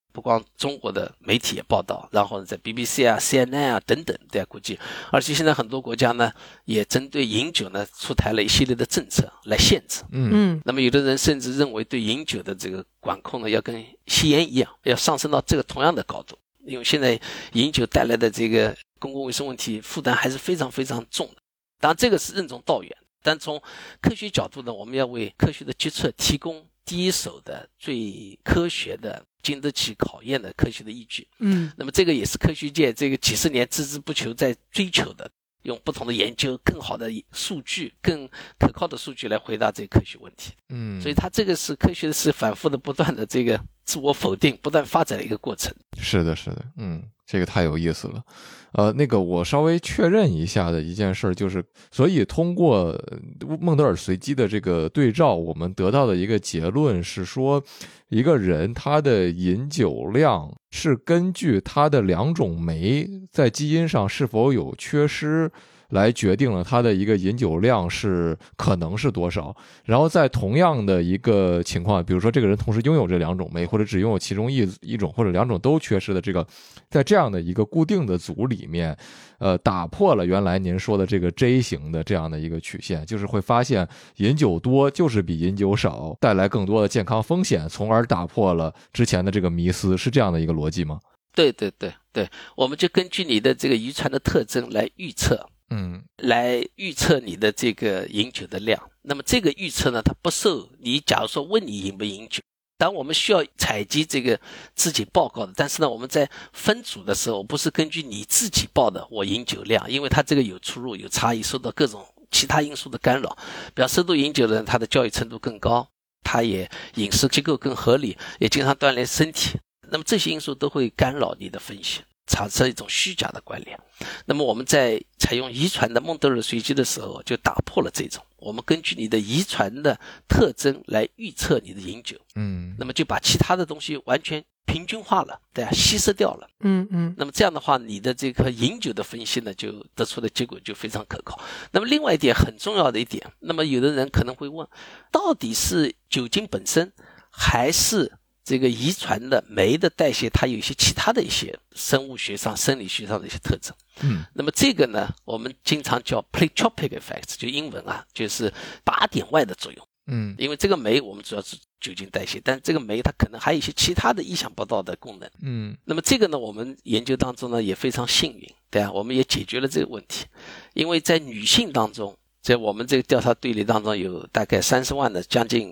不光中国的媒体也报道，然后在 BBC 啊 CNN 啊等等对国际，而且现在很多国家呢也针对饮酒呢出台了一系列的政策来限制。那么有的人甚至认为对饮酒的这个管控呢要跟吸烟一样，要上升到这个同样的高度，因为现在饮酒带来的这个公共卫生问题负担还是非常非常重的。当然这个是任重道远，但从科学角度呢，我们要为科学的决策提供第一手的最科学的经得起考验的科学的依据。那么这个也是科学界这个几十年孜孜不求在追求的，用不同的研究更好的数据更可靠的数据来回答这个科学问题。所以它这个是科学是反复的不断的这个自我否定不断发展的一个过程。 是的这个太有意思了。那个我稍微确认一下的一件事就是，所以通过孟德尔随机的这个对照，我们得到的一个结论是说，一个人他的饮酒量是根据他的两种酶在基因上是否有缺失来决定了他的一个饮酒量是可能是多少。然后在同样的一个情况，比如说这个人同时拥有这两种酶，或者只拥有其中一种或者两种都缺失的这个，在这样的一个固定的组里面，打破了原来您说的这个 J 型的这样的一个曲线，就是会发现饮酒多就是比饮酒少带来更多的健康风险，从而打破了之前的这个迷思，是这样的一个逻辑吗？ 对，我们就根据你的这个遗传的特征来预测。来预测你的这个饮酒的量。那么这个预测呢，它不受你假如说问你饮不饮酒，当我们需要采集这个自己报告的，但是呢我们在分组的时候不是根据你自己报的我饮酒量，因为它这个有出入有差异，受到各种其他因素的干扰。比方深度饮酒的人，他的教育程度更高，他也饮食结构更合理，也经常锻炼身体，那么这些因素都会干扰你的分析，产生一种虚假的关联。那么我们在采用遗传的孟德尔随机的时候就打破了这种，我们根据你的遗传的特征来预测你的饮酒，那么就把其他的东西完全平均化了，对啊，稀释掉了。那么这样的话，你的这个饮酒的分析呢，就得出的结果就非常可靠。那么另外一点很重要的一点，那么有的人可能会问，到底是酒精本身还是这个遗传的酶的代谢，它有一些其他的一些生物学上生理学上的一些特征。那么这个呢我们经常叫 pleiotropic effect， 就英文啊，就是靶点外的作用。因为这个酶我们主要是酒精代谢，但这个酶它可能还有一些其他的意想不到的功能。那么这个呢我们研究当中呢也非常幸运，对啊，我们也解决了这个问题。因为在女性当中，在我们这个调查队里当中有大概30万的将近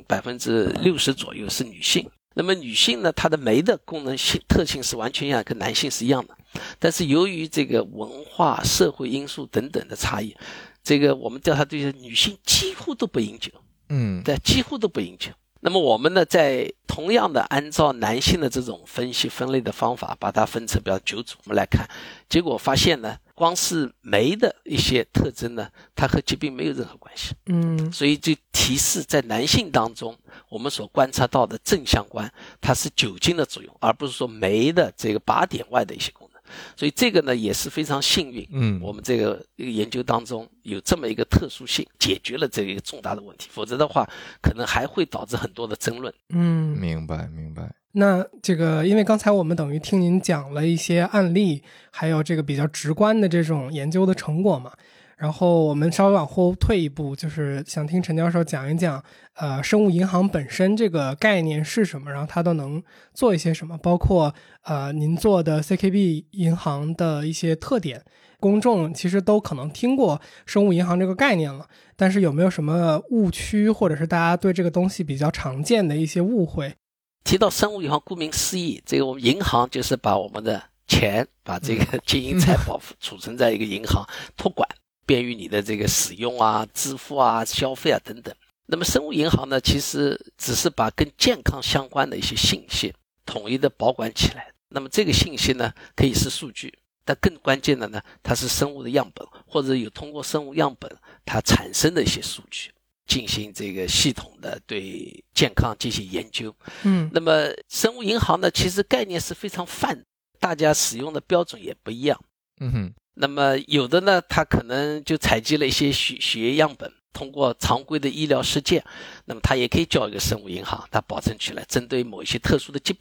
60% 左右是女性。那么女性呢，她的酶的功能性特性是完全一样，跟男性是一样的，但是由于这个文化社会因素等等的差异，这个我们调查对象女性几乎都不饮酒。对，几乎都不饮酒。那么我们呢在同样的按照男性的这种分析分类的方法把它分成比较9组，我们来看，结果发现呢光是酶的一些特征呢，它和疾病没有任何关系。所以就提示在男性当中我们所观察到的正相关，它是酒精的作用，而不是说酶的这个靶点外的一些功能。所以这个呢也是非常幸运，我们这个研究当中有这么一个特殊性，解决了这个重大的问题，否则的话可能还会导致很多的争论。 明白。 那这个因为刚才我们等于听您讲了一些案例，还有这个比较直观的这种研究的成果嘛，然后我们稍微往后退一步，就是想听陈教授讲一讲生物银行本身这个概念是什么，然后它都能做一些什么，包括您做的 CKB 银行的一些特点。公众其实都可能听过生物银行这个概念了，但是有没有什么误区，或者是大家对这个东西比较常见的一些误会？ 提到生物银行，顾名思义，这个我们银行就是把我们的钱，把这个金银财宝储存在一个银行托管，便于你的这个使用啊、支付啊、消费啊等等。那么生物银行呢，其实只是把跟健康相关的一些信息统一的保管起来。那么这个信息呢，可以是数据，但更关键的呢，它是生物的样本，或者有通过生物样本它产生的一些数据，进行这个系统的对健康进行研究。那么生物银行呢，其实概念是非常泛，大家使用的标准也不一样。那么有的呢，它可能就采集了一些血液样本，通过常规的医疗实践，那么它也可以叫一个生物银行，它保存起来，针对某一些特殊的疾病。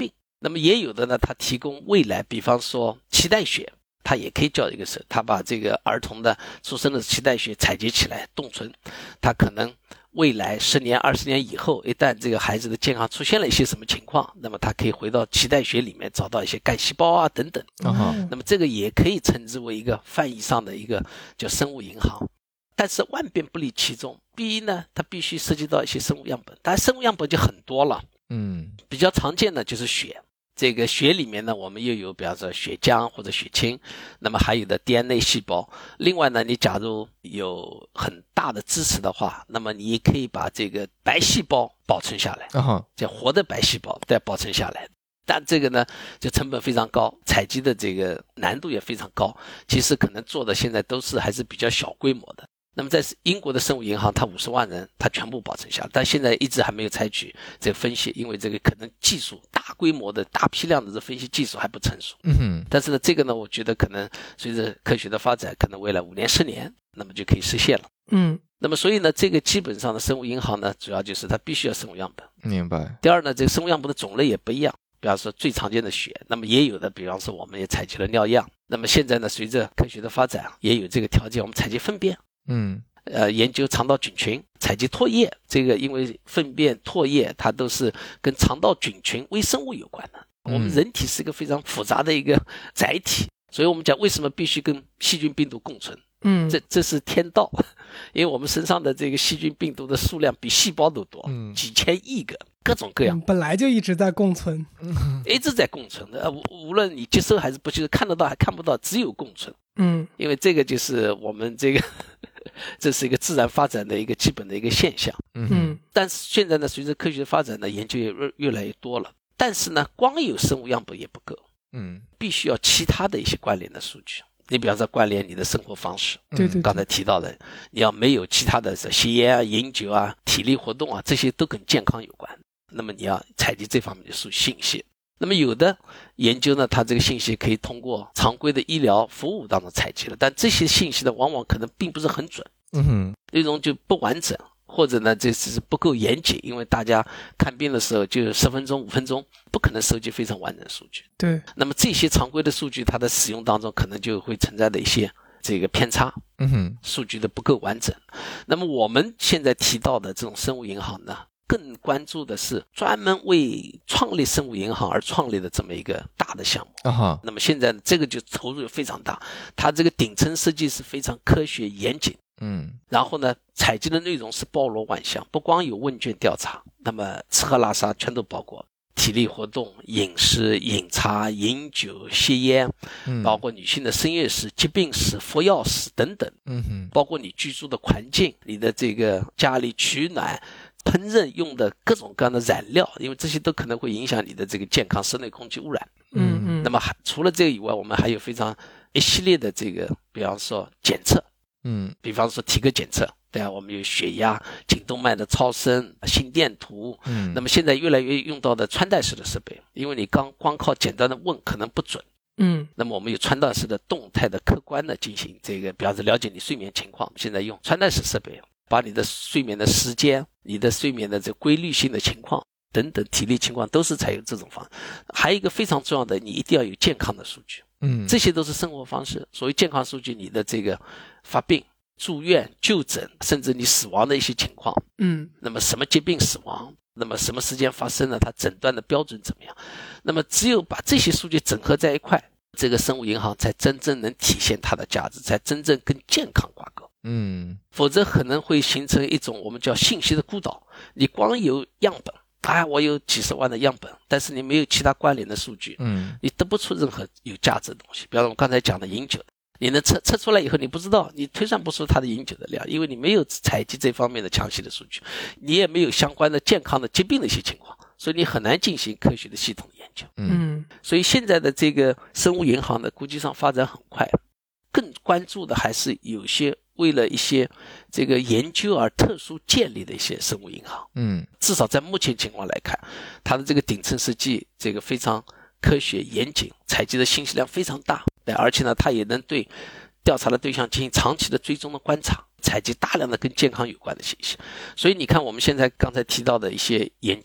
那么也有的呢，它提供未来，比方说脐带血，它也可以叫一个是，它把这个儿童的出生的脐带血采集起来冻存，它可能未来10年、20年以后，一旦这个孩子的健康出现了一些什么情况，那么它可以回到脐带血里面找到一些干细胞啊等等。那么这个也可以称之为一个翻译上的一个叫生物银行。但是万变不离其宗，第一呢，它必须涉及到一些生物样本，当然生物样本就很多了。比较常见的就是血。这个血里面呢，我们又有比方说血浆或者血清，那么还有的 DNA 细胞。另外呢，你假如有很大的支持的话，那么你也可以把这个白细胞保存下来，叫活的白细胞再保存下来。但这个呢，就成本非常高，采集的这个难度也非常高。其实可能做的现在都是还是比较小规模的。那么在英国的生物银行，它50万人，它全部保存下来，但现在一直还没有采取这个分析，因为这个可能技术大规模的大批量的这分析技术还不成熟。但是呢，这个呢，我觉得可能随着科学的发展，可能未来5年10年，那么就可以实现了。那么所以呢，这个基本上的生物银行呢，主要就是它必须要生物样本。 明白。 第二呢，这个生物样本的种类也不一样。比方说最常见的血，那么也有的，比方说我们也采集了尿样。那么现在呢，随着科学的发展，也有这个条件，我们采集粪便。研究肠道菌群，采集唾液，这个因为粪便、唾液它都是跟肠道菌群、微生物有关的。我们人体是一个非常复杂的一个载体，所以我们讲为什么必须跟细菌、病毒共存？这是天道，因为我们身上的这个细菌、病毒的数量比细胞都多，几千亿个，各种各样， 本来就一直在共存， 一直在共存的。无论你接受还是不接受，看得到还看不到，只有共存。因为这个就是我们这个这是一个自然发展的一个基本的一个现象。但是现在呢，随着科学的发展呢，研究也越来越多了。但是呢，光有生物样本也不够，必须要其他的一些关联的数据。你比方说关联你的生活方式， 对， 刚才提到的，你要没有其他的吸烟啊、饮酒啊、体力活动啊，这些都跟健康有关。那么你要采集这方面的信息。那么有的研究呢，它这个信息可以通过常规的医疗服务当中采集了，但这些信息呢，往往可能并不是很准，内容就不完整，或者呢，这是不够严谨，因为大家看病的时候就10分钟、5分钟，不可能收集非常完整的数据。 对， 那么这些常规的数据，它的使用当中可能就会存在的一些这个偏差，数据的不够完整。那么我们现在提到的这种生物银行呢，更关注的是专门为创立生物银行而创立的这么一个大的项目。那么现在这个就投入非常大，它这个顶层设计是非常科学严谨。然后呢，采集的内容是包罗万象，不光有问卷调查，那么吃喝拉撒全都包括，体力活动、饮食、饮茶、饮酒、吸烟，包括女性的生育史、疾病史、服药史等等，包括你居住的环境，你的这个家里取暖、烹饪用的各种各样的燃料，因为这些都可能会影响你的这个健康，室内空气污染。那么除了这个以外，我们还有非常一系列的这个，比方说检测。比方说体格检测，对啊，我们有血压、颈动脉的超声、心电图。那么现在越来越用到的穿戴式的设备，因为你光靠简单的问可能不准。那么我们有穿戴式的动态的客观的进行这个，比方说了解你睡眠情况，现在用穿戴式设备，把你的睡眠的时间、你的睡眠的这规律性的情况等等体力情况都是采用这种方式。还有一个非常重要的，你一定要有健康的数据。这些都是生活方式。所谓健康数据，你的这个发病、住院、就诊，甚至你死亡的一些情况。那么什么疾病死亡，那么什么时间发生了，它诊断的标准怎么样？那么只有把这些数据整合在一块，这个生物银行才真正能体现它的价值，才真正跟健康挂钩。否则可能会形成一种我们叫信息的孤岛。你光有样本，我有几十万的样本，但是你没有其他关联的数据，你得不出任何有价值的东西。比方说我刚才讲的饮酒，你能测出来以后，你不知道，你推算不出它的饮酒的量，因为你没有采集这方面的详细的数据，你也没有相关的健康的疾病的一些情况，所以你很难进行科学的系统研究。所以现在的这个生物银行呢，国际上发展很快，更关注的还是有些为了一些这个研究而特殊建立的一些生物银行。至少在目前情况来看，它的这个顶层设计这个非常科学严谨，采集的信息量非常大，而且呢，它也能对调查的对象进行长期的追踪的观察，采集大量的跟健康有关的信息。所以你看我们现在刚才提到的一些研究，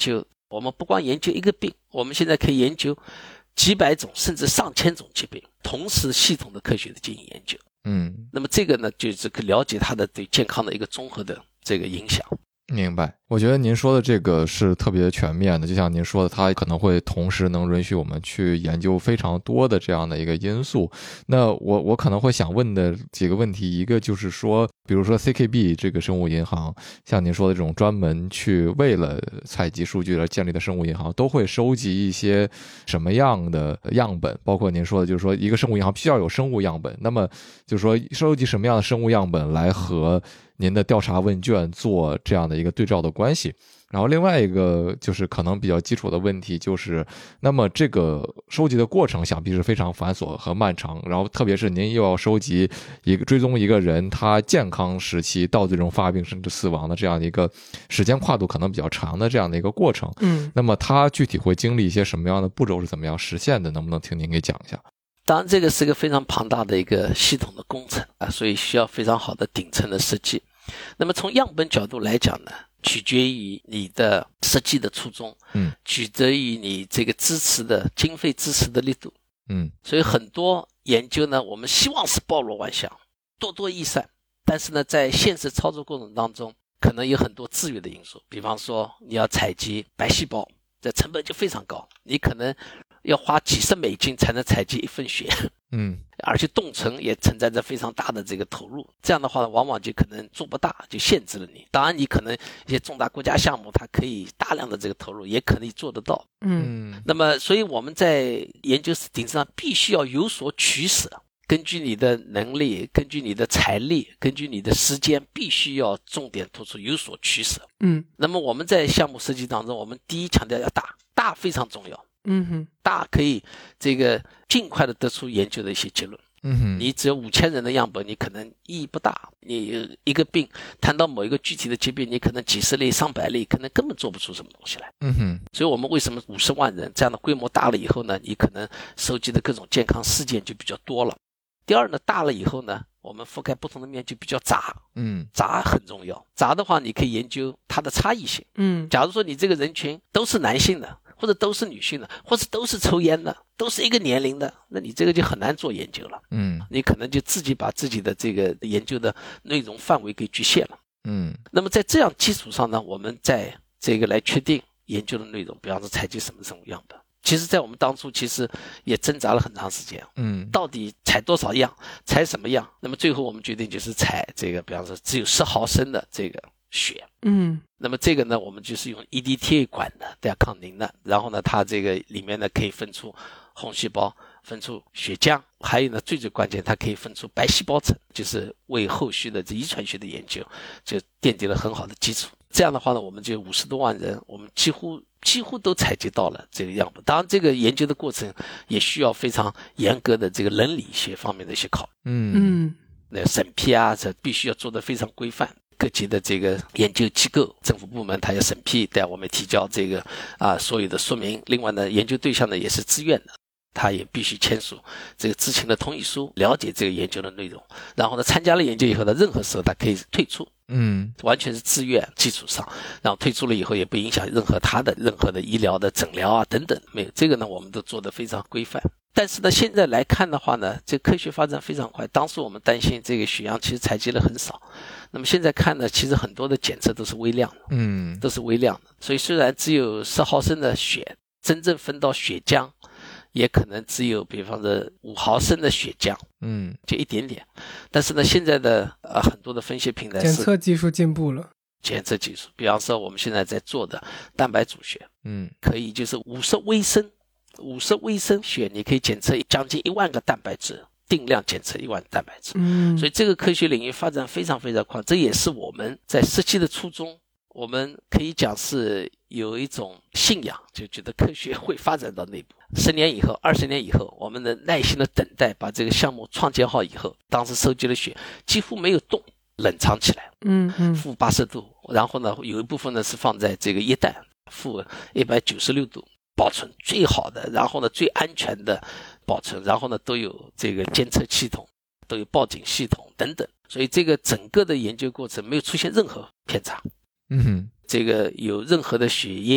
我们不光研究一个病，我们现在可以研究几百种甚至上千种疾病，同时系统的科学的进行研究。那么这个呢，就是可了解它的对健康的一个综合的这个影响。 明白，我觉得您说的这个是特别全面的，就像您说的，它可能会同时能允许我们去研究非常多的这样的一个因素。那我可能会想问的几个问题，一个就是说，比如说 CKB 这个生物银行，像您说的这种专门去为了采集数据而建立的生物银行，都会收集一些什么样的样本？包括您说的，就是说一个生物银行必须要有生物样本，那么就是说收集什么样的生物样本来和您的调查问卷做这样的一个对照的关系。然后另外一个就是可能比较基础的问题就是，那么这个收集的过程想必是非常繁琐和漫长，然后特别是您又要收集追踪一个人他健康时期到最终发病甚至死亡的这样的一个时间跨度可能比较长的这样的一个过程。那么它具体会经历一些什么样的步骤，是怎么样实现的？能不能听您给讲一下？ 当然这个是个非常庞大的一个系统的工程啊，所以需要非常好的顶层的设计。那么从样本角度来讲呢，取决于你的设计的初衷，取决于你这个支持的经费支持的力度，所以很多研究呢，我们希望是包罗万象，多多益善，但是呢，在现实操作过程当中，可能有很多制约的因素，比方说你要采集白细胞，这成本就非常高，你可能要花几十美金才能采集一份血，而且冻存也存在着非常大的这个投入，这样的话往往就可能做不大，就限制了你。当然你可能一些重大国家项目它可以大量的这个投入，也可能做得到。那么所以我们在研究顶上必须要有所取舍，根据你的能力，根据你的财力，根据你的时间，必须要重点突出，有所取舍。那么我们在项目设计当中，我们第一强调要大非常重要。大可以这个尽快的得出研究的一些结论。你只有5000人的样本，你可能意义不大。你一个病谈到某一个具体的疾病，你可能几十例、上百例，可能根本做不出什么东西来。所以我们为什么50万人这样的规模大了以后呢，你可能收集的各种健康事件就比较多了。第二呢，大了以后呢，我们覆盖不同的面就比较杂。杂很重要。杂的话，你可以研究它的差异性。假如说你这个人群都是男性的，或者都是女性的，或者都是抽烟的，都是一个年龄的，那你这个就很难做研究了。你可能就自己把自己的这个研究的内容范围给局限了。那么在这样基础上呢，我们在这个来确定研究的内容，比方说采集什么生物样本。其实在我们当初其实也挣扎了很长时间，到底采多少样，采什么样。那么最后我们决定就是采这个比方说只有10毫升的这个血。那么这个呢，我们就是用 EDTA 管的亚抗宁的，然后呢它这个里面呢可以分出红细胞，分出血浆，还有呢最关键它可以分出白细胞层，就是为后续的这遗传学的研究就奠定了很好的基础。这样的话呢，我们就50多万人，我们几乎都采集到了这个样本。当然这个研究的过程也需要非常严格的这个伦理学方面的一些考虑。那审批啊，这必须要做得非常规范。各级的这个研究机构、政府部门，它要审批，对我们提交这个所有的说明。另外呢，研究对象呢也是自愿的，他也必须签署这个知情的同意书，了解这个研究的内容。然后呢，参加了研究以后呢，任何时候他可以退出。完全是自愿基础上，然后退出了以后也不影响任何的医疗的诊疗啊等等，没有这个呢，我们都做得非常规范。但是呢，现在来看的话呢，这科学发展非常快。当时我们担心这个血样其实采集了很少，那么现在看呢，其实很多的检测都是微量的，都是微量的。所以虽然只有10毫升的血，真正分到血浆也可能只有比方说5毫升的血浆，就一点点。但是呢，现在的很多的分析平台是检测技术进步了， 检测技术，比方说我们现在在做的蛋白组血，可以就是50微升血，你可以检测将近1万个蛋白质，定量检测1万蛋白质。所以这个科学领域发展非常非常快，这也是我们在设计的初衷。我们可以讲是有一种信仰，就觉得科学会发展到那步。10年以后、20年以后，我们的耐心的等待，把这个项目创建好以后，当时收集了血几乎没有动，冷藏起来，负80度，然后呢，有一部分呢是放在这个液氮，负196度保存，最好的，然后呢最安全的保存，然后呢都有这个监测系统，都有报警系统等等，所以这个整个的研究过程没有出现任何偏差。这个有任何的血液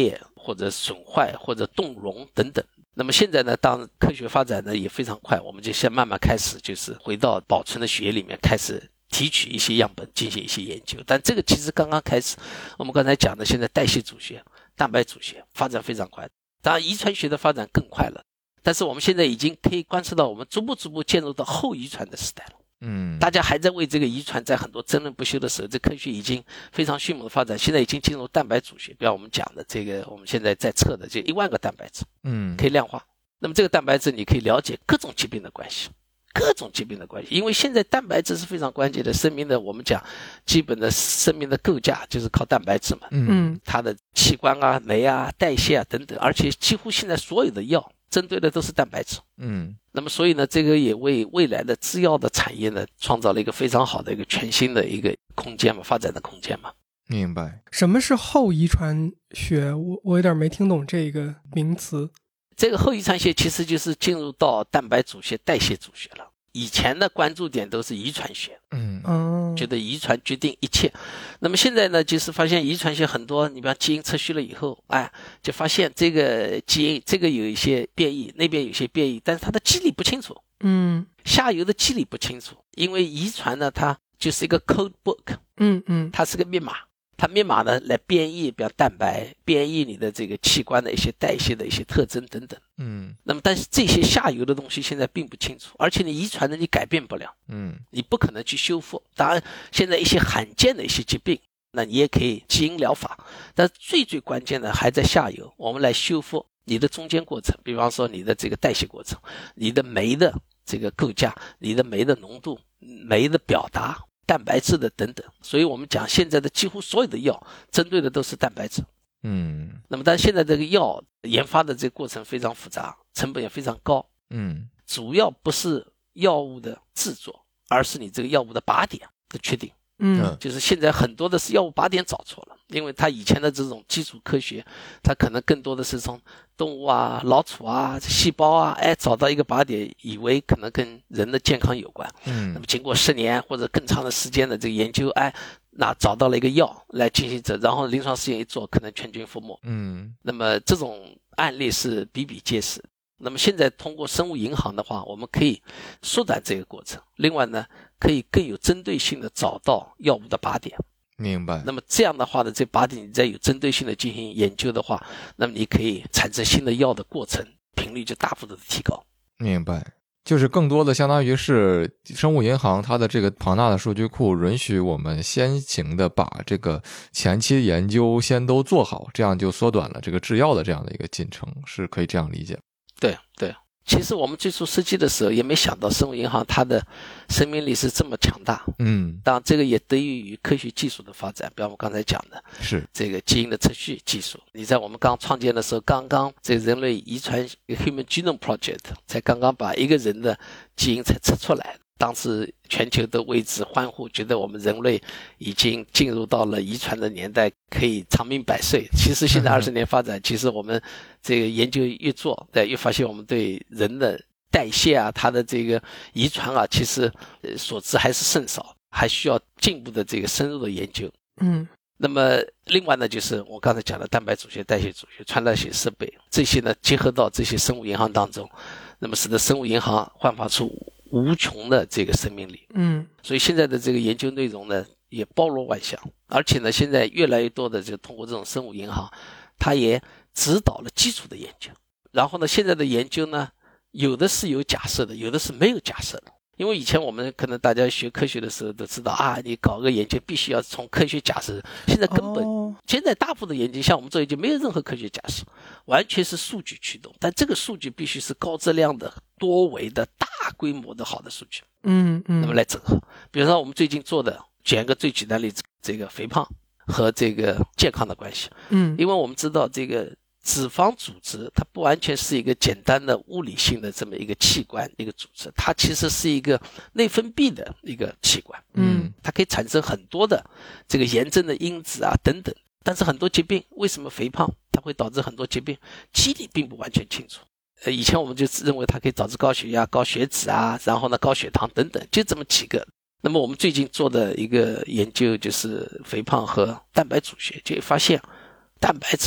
或者损坏或者动容等等。那么现在呢，当科学发展呢也非常快，我们就先慢慢开始就是回到保存的血液里面开始提取一些样本进行一些研究，但这个其实刚刚开始。我们刚才讲的现在代谢组学、蛋白组学发展非常快，当然遗传学的发展更快了，但是我们现在已经可以观测到我们逐步进入到后遗传的时代了。大家还在为这个遗传在很多争论不休的时候，这科学已经非常迅猛的发展，现在已经进入蛋白组学，比方我们讲的这个我们现在在测的这1万个蛋白质，可以量化。那么这个蛋白质你可以了解各种疾病的关系，因为现在蛋白质是非常关键的，生命的我们讲基本的生命的构架就是靠蛋白质嘛，它的器官啊、酶啊、代谢啊等等，而且几乎现在所有的药针对的都是蛋白质。那么所以呢，这个也为未来的制药的产业呢创造了一个非常好的一个全新的一个空间嘛，发展的空间嘛。 明白。 什么是后遗传学？我有点没听懂这个名词。 这个后遗传学其实就是进入到蛋白组学、代谢组学了。以前的关注点都是遗传学，觉得遗传决定一切。那么现在呢，就是发现遗传学很多，你比方基因测序了以后，就发现这个基因这个有一些变异，那边有一些变异，但是它的机理不清楚，下游的机理不清楚，因为遗传呢，它就是一个 code book，它是个密码。它密码呢来变异，比如蛋白变异你的这个器官的一些代谢的一些特征等等。那么但是这些下游的东西现在并不清楚，而且你遗传的你改变不了，你不可能去修复。当然现在一些罕见的一些疾病，那你也可以基因疗法，但最关键的还在下游，我们来修复你的中间过程，比方说你的这个代谢过程，你的酶的这个构架，你的酶的浓度，酶的表达，蛋白质的等等。所以我们讲现在的几乎所有的药针对的都是蛋白质。那么但现在这个药研发的这个过程非常复杂，成本也非常高。主要不是药物的制作，而是你这个药物的靶点的确定。就是现在很多的是药物靶点找错了，因为它以前的这种基础科学，它可能更多的是从动物啊、老鼠啊、细胞啊，找到一个靶点，以为可能跟人的健康有关。那么经过10年或者更长的时间的这个研究，那找到了一个药来进行这，然后临床试验一做，可能全军覆没。那么这种案例是比比皆是。那么现在通过生物银行的话，我们可以缩短这个过程，另外呢可以更有针对性的找到药物的靶点。 明白。 那么这样的话呢，这靶点你再有针对性的进行研究的话，那么你可以产生新的药的过程频率就大幅度的提高。 明白。就是更多的相当于是生物银行它的这个庞大的数据库允许我们先行的把这个前期研究先都做好，这样就缩短了这个制药的这样的一个进程，是可以这样理解。 对，其实我们最初设计的时候也没想到生物银行它的生命力是这么强大。当然这个也得益于科学技术的发展，比方我刚才讲的是这个基因的测序技术。你在我们刚创建的时候，刚刚这个人类遗传 Human Genome Project 才刚刚把一个人的基因才测出来，当时全球都为之欢呼，觉得我们人类已经进入到了遗传的年代，可以长命百岁。其实现在20年发展，其实我们这个研究越做，越发现我们对人的代谢啊，它的这个遗传啊，其实所知还是甚少，还需要进一步的这个深入的研究。那么另外呢，就是我刚才讲的蛋白组学、代谢组学、传导学设备，这些呢结合到这些生物银行当中，那么使得生物银行焕发出无穷的这个生命力。所以现在的这个研究内容呢也包罗万象，而且呢现在越来越多的就通过这种生物银行，它也指导了基础的研究。然后呢现在的研究呢有的是有假设的，有的是没有假设的。因为以前我们可能大家学科学的时候都知道你搞个研究必须要从科学假设，现在根本现在大部分的研究像我们做研究没有任何科学假设，完全是数据驱动，但这个数据必须是高质量的、多维的、大规模的好的数据。那么来整合。比如说我们最近做的，举一个最简单的例子，这个肥胖和这个健康的关系。因为我们知道这个脂肪组织它不完全是一个简单的物理性的这么一个器官一个组织，它其实是一个内分泌的一个器官。它可以产生很多的这个炎症的因子啊等等。但是很多疾病，为什么肥胖它会导致很多疾病，机理并不完全清楚。以前我们就认为它可以导致高血压、高血脂啊，然后呢高血糖等等，就这么几个。那么我们最近做的一个研究就是肥胖和蛋白组学，就发现蛋白质的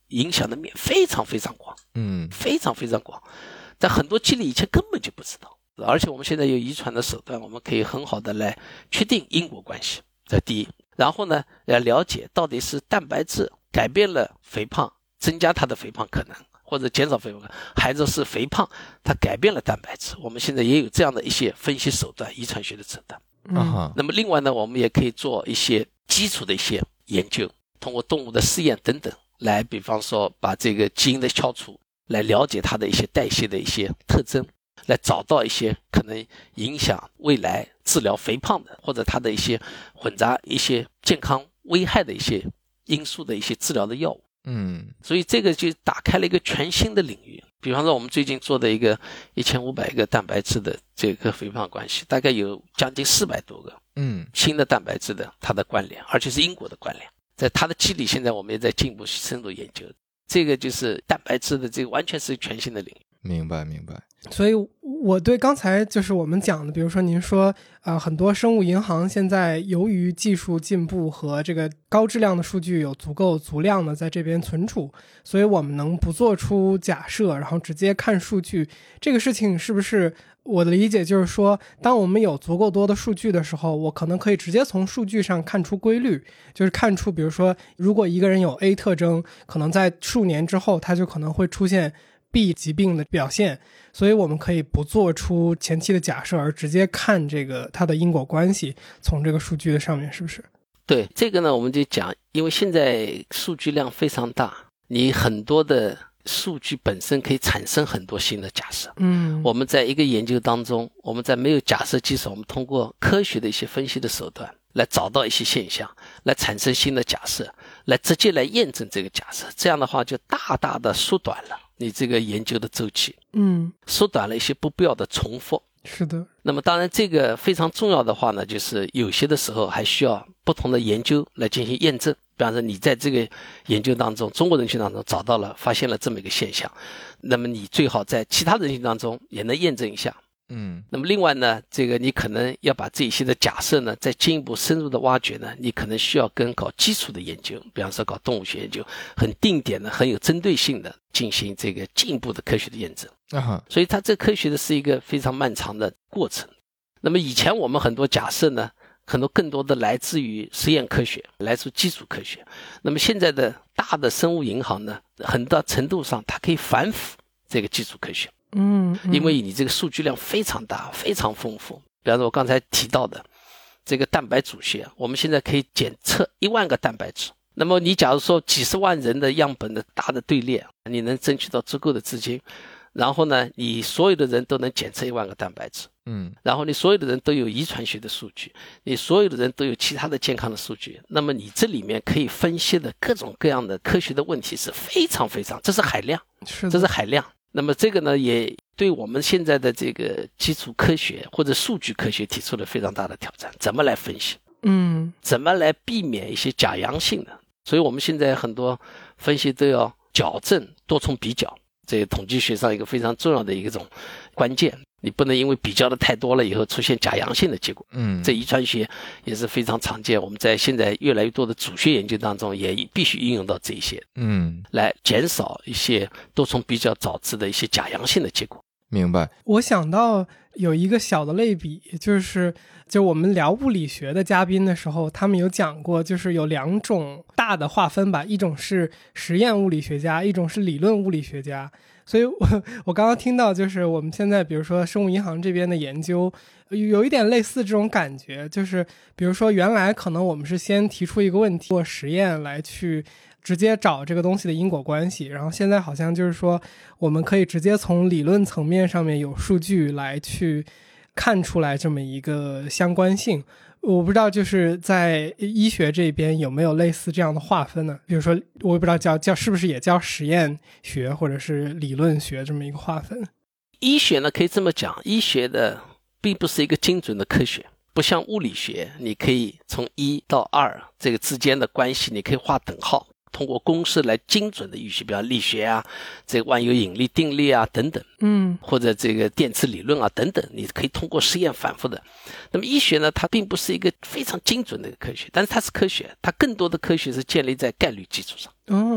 影响的面非常非常广，非常非常广，在很多机理以前根本就不知道，而且我们现在有遗传的手段，我们可以很好的来确定因果关系，这第一。然后呢，来了解到底是蛋白质改变了肥胖，增加它的肥胖可能，或者减少肥胖可能，还是肥胖它改变了蛋白质。我们现在也有这样的一些分析手段，遗传学的手段。那么另外呢，我们也可以做一些基础的一些研究，通过动物的试验等等，来比方说把这个基因的消除，来了解它的一些代谢的一些特征，来找到一些可能影响未来治疗肥胖的，或者它的一些混杂一些健康危害的一些因素的一些治疗的药物。所以这个就打开了一个全新的领域。比方说我们最近做的一个1500个蛋白质的这个肥胖关系，大概有将近400多个新的蛋白质的它的关联，而且是因果的关联。在它的机理现在我们也在进一步深入研究，这个就是蛋白质的这个完全是全新的领域。 明白。 所以我对刚才就是我们讲的，比如说您说很多生物银行现在由于技术进步和这个高质量的数据有足量的在这边存储，所以我们能不做出假设，然后直接看数据，这个事情是不是我的理解就是说，当我们有足够多的数据的时候，我可能可以直接从数据上看出规律，就是看出比如说如果一个人有 A 特征，可能在数年之后他就可能会出现B 疾病的表现，所以我们可以不做出前期的假设，而直接看这个它的因果关系，从这个数据的上面，是不是？ 对，这个呢我们就讲，因为现在数据量非常大，你很多的数据本身可以产生很多新的假设。我们在一个研究当中，我们在没有假设基础，我们通过科学的一些分析的手段来找到一些现象，来产生新的假设，来直接来验证这个假设，这样的话就大大的缩短了你这个研究的周期，缩短了一些不必要的重复。 是的。 那么当然这个非常重要的话呢，就是有些的时候还需要不同的研究来进行验证。比方说你在这个研究当中，中国人群当中发现了这么一个现象，那么你最好在其他人群当中也能验证一下。那么另外呢，这个你可能要把这些的假设呢再进一步深入的挖掘呢，你可能需要跟搞基础的研究，比方说搞动物学研究，很定点的很有针对性的进行这个进一步的科学的验证。所以它这科学的是一个非常漫长的过程。那么以前我们很多假设呢，很多更多的来自于实验科学，来自基础科学。那么现在的大的生物银行呢，很大程度上它可以反腐这个基础科学。因为你这个数据量非常大，非常丰富。比方说我刚才提到的这个蛋白组学，我们现在可以检测1万个蛋白质。那么你假如说几十万人的样本的大的队列，你能争取到足够的资金，然后呢，你所有的人都能检测1万个蛋白质，然后你所有的人都有遗传学的数据，你所有的人都有其他的健康的数据，那么你这里面可以分析的各种各样的科学的问题是非常非常，这是海量，这是海量。那么这个呢，也对我们现在的这个基础科学或者数据科学提出了非常大的挑战，怎么来分析？怎么来避免一些假阳性的？所以我们现在很多分析都要矫正多重比较，这个统计学上一个非常重要的一种关键。你不能因为比较的太多了以后出现假阳性的结果。这遗传学也是非常常见，我们在现在越来越多的主学研究当中也必须应用到这些，来减少一些多重比较导致的一些假阳性的结果。 明白。 我想到有一个小的类比，就我们聊物理学的嘉宾的时候，他们有讲过，就是有2种大的划分吧，一种是实验物理学家，一种是理论物理学家。所以我刚刚听到，就是我们现在比如说生物银行这边的研究有一点类似这种感觉，就是比如说原来可能我们是先提出一个问题，做实验来去直接找这个东西的因果关系，然后现在好像就是说我们可以直接从理论层面上面有数据来去看出来这么一个相关性。我不知道就是在医学这边有没有类似这样的划分呢？比如说我也不知道叫是不是也叫实验学或者是理论学这么一个划分。 医学呢可以这么讲，医学的并不是一个精准的科学，不像物理学，你可以从1到2这个之间的关系你可以画等号，通过公式来精准的预期，比如力学啊，这个万有引力定律啊等等，或者这个电磁理论啊等等，你可以通过实验反复的。那么医学呢，它并不是一个非常精准的科学，但是它是科学，它更多的科学是建立在概率基础上。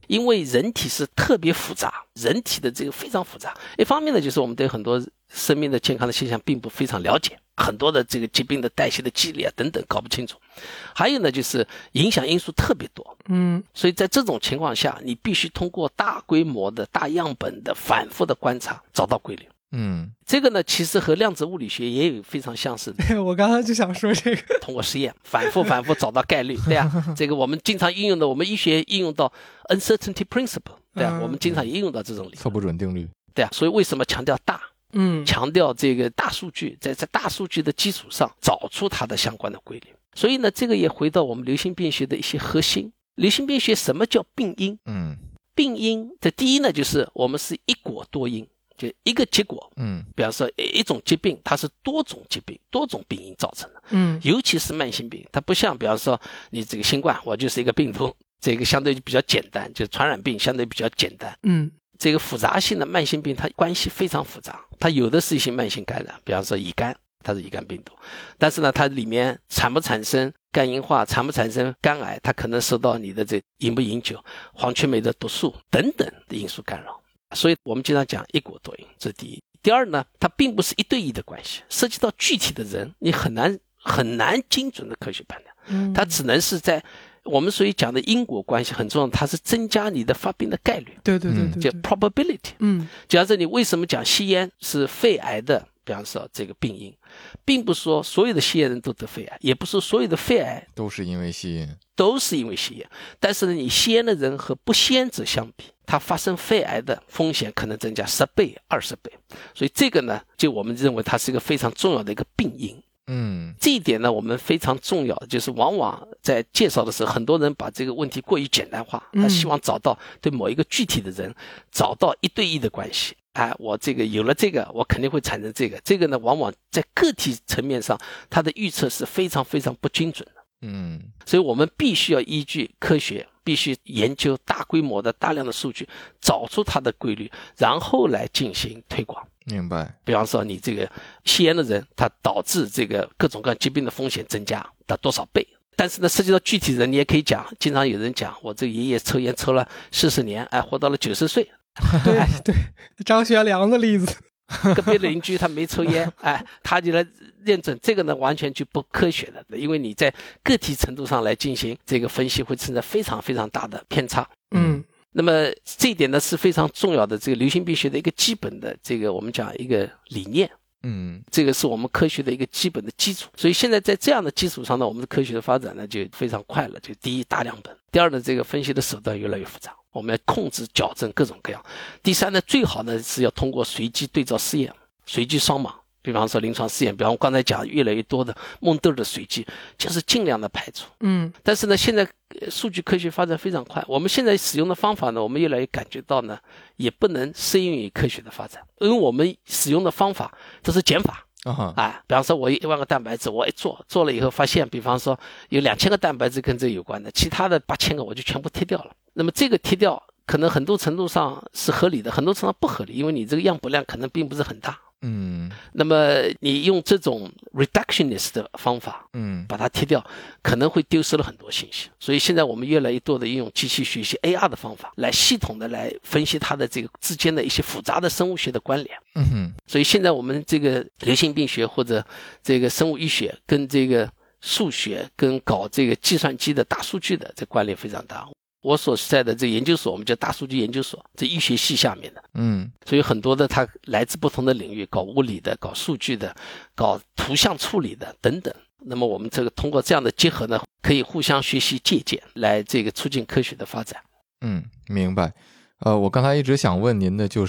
因为人体是特别复杂，人体的这个非常复杂。一方面呢，就是我们对很多生命的健康的现象并不非常了解，很多的这个疾病的代谢的机理啊等等搞不清楚。还有呢，就是影响因素特别多。所以在这种情况下，你必须通过大规模的大样本的反复的观察找到规律。这个呢，其实和量子物理学也有非常相似的。 我刚刚就想说这个， 通过实验反复找到概率，对啊，这个我们经常应用的，我们医学应用到 uncertainty principle， 对啊，我们经常也应用到这种理论， 测不准定律， 对啊，所以为什么强调大？强调这个大数据，在大数据的基础上找出它的相关的规律。所以呢，这个也回到我们流行病学的一些核心。流行病学什么叫病因？病因的第一呢，就是我们是一果多因。就一个结果，比方说一种疾病，它是多种疾病、多种病因造成的，尤其是慢性病，它不像比方说你这个新冠，我就是一个病毒，这个相对比较简单，就传染病相对比较简单，这个复杂性的慢性病它关系非常复杂，它有的是一些慢性感染，比方说乙肝，它是乙肝病毒，但是呢，它里面产不产生肝硬化，产不产生肝癌，它可能受到你的这饮不饮酒、黄曲霉的毒素等等的因素干扰。所以我们经常讲一果多因，这是第一。第二呢，它并不是一对一的关系，涉及到具体的人，你很难精准的科学判断，它只能是在我们所以讲的因果关系很重要，它是增加你的发病的概率， 对， 叫 probability。假设你为什么讲吸烟是肺癌的，比方说这个病因，并不是说所有的吸烟人都得肺癌，也不是说所有的肺癌都是因为吸烟，但是呢，你吸烟的人和不吸烟者相比，他发生肺癌的风险可能增加10倍、20倍，所以这个呢，就我们认为它是一个非常重要的一个病因。这一点呢，我们非常重要，就是往往在介绍的时候，很多人把这个问题过于简单化，他希望找到对某一个具体的人找到一对一的关系。我这个有了这个，我肯定会产生这个。这个呢，往往在个体层面上，它的预测是非常非常不精准的。所以我们必须要依据科学，必须研究大规模的大量的数据，找出它的规律，然后来进行推广。 明白。 比方说你这个吸烟的人，他导致这个各种各样疾病的风险增加到多少倍。但是呢，涉及到具体人，你也可以讲，经常有人讲，我这个爷爷抽烟抽了40年，活到了90岁。 对，张学良的例子。 隔壁的邻居他没抽烟，他就来验证，这个呢完全就不科学的，因为你在个体程度上来进行这个分析，会存在非常非常大的偏差。那么这一点呢是非常重要的，这个流行病学的一个基本的这个我们讲一个理念。这个是我们科学的一个基本的基础。所以现在在这样的基础上呢，我们的科学的发展呢就非常快了。就第一，大量本；第二呢，这个分析的手段越来越复杂，我们要控制、矫正各种各样；第三呢，最好呢是要通过随机对照试验、随机双盲。比方说临床试验，比方我刚才讲越来越多的蒙豆的随机，就是尽量的排除。但是呢，现在数据科学发展非常快，我们现在使用的方法呢，我们越来越感觉到呢，也不能适应于科学的发展，因为我们使用的方法都是减法。比方说我1万个蛋白质，我一做了以后发现，比方说有2000个蛋白质跟这有关的，其他的8000个我就全部贴掉了。那么这个贴掉可能很多程度上是合理的，很多程度上不合理，因为你这个样本量可能并不是很大。那么你用这种 reductionist 的方法，把它贴掉，可能会丢失了很多信息。所以现在我们越来越多的应用机器学习 AR 的方法，来系统的来分析它的这个之间的一些复杂的生物学的关联。所以现在我们这个流行病学或者这个生物医学跟这个数学跟搞这个计算机的大数据的这关联非常大。我所在的这个研究所，我们叫大数据研究所，这医学系下面的。所以很多的它来自不同的领域，搞物理的，搞数据的，搞图像处理的等等。那么我们这个通过这样的结合呢，可以互相学习借鉴，来这个促进科学的发展。 明白。我刚才一直想问您的就是，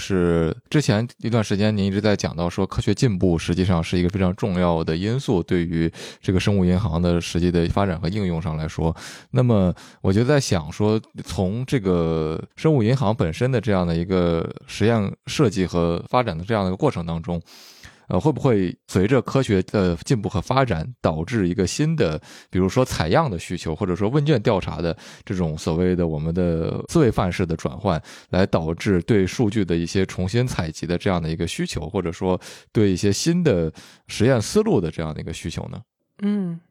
之前一段时间您一直在讲到说，科学进步实际上是一个非常重要的因素，对于这个生物银行的实际的发展和应用上来说。那么我就在想说，从这个生物银行本身的这样的一个实验设计和发展的这样的一个过程当中，会不会随着科学的进步和发展，导致一个新的，比如说采样的需求，或者说问卷调查的这种所谓的我们的思维范式的转换，来导致对数据的一些重新采集的这样的一个需求，或者说对一些新的实验思路的这样的一个需求呢？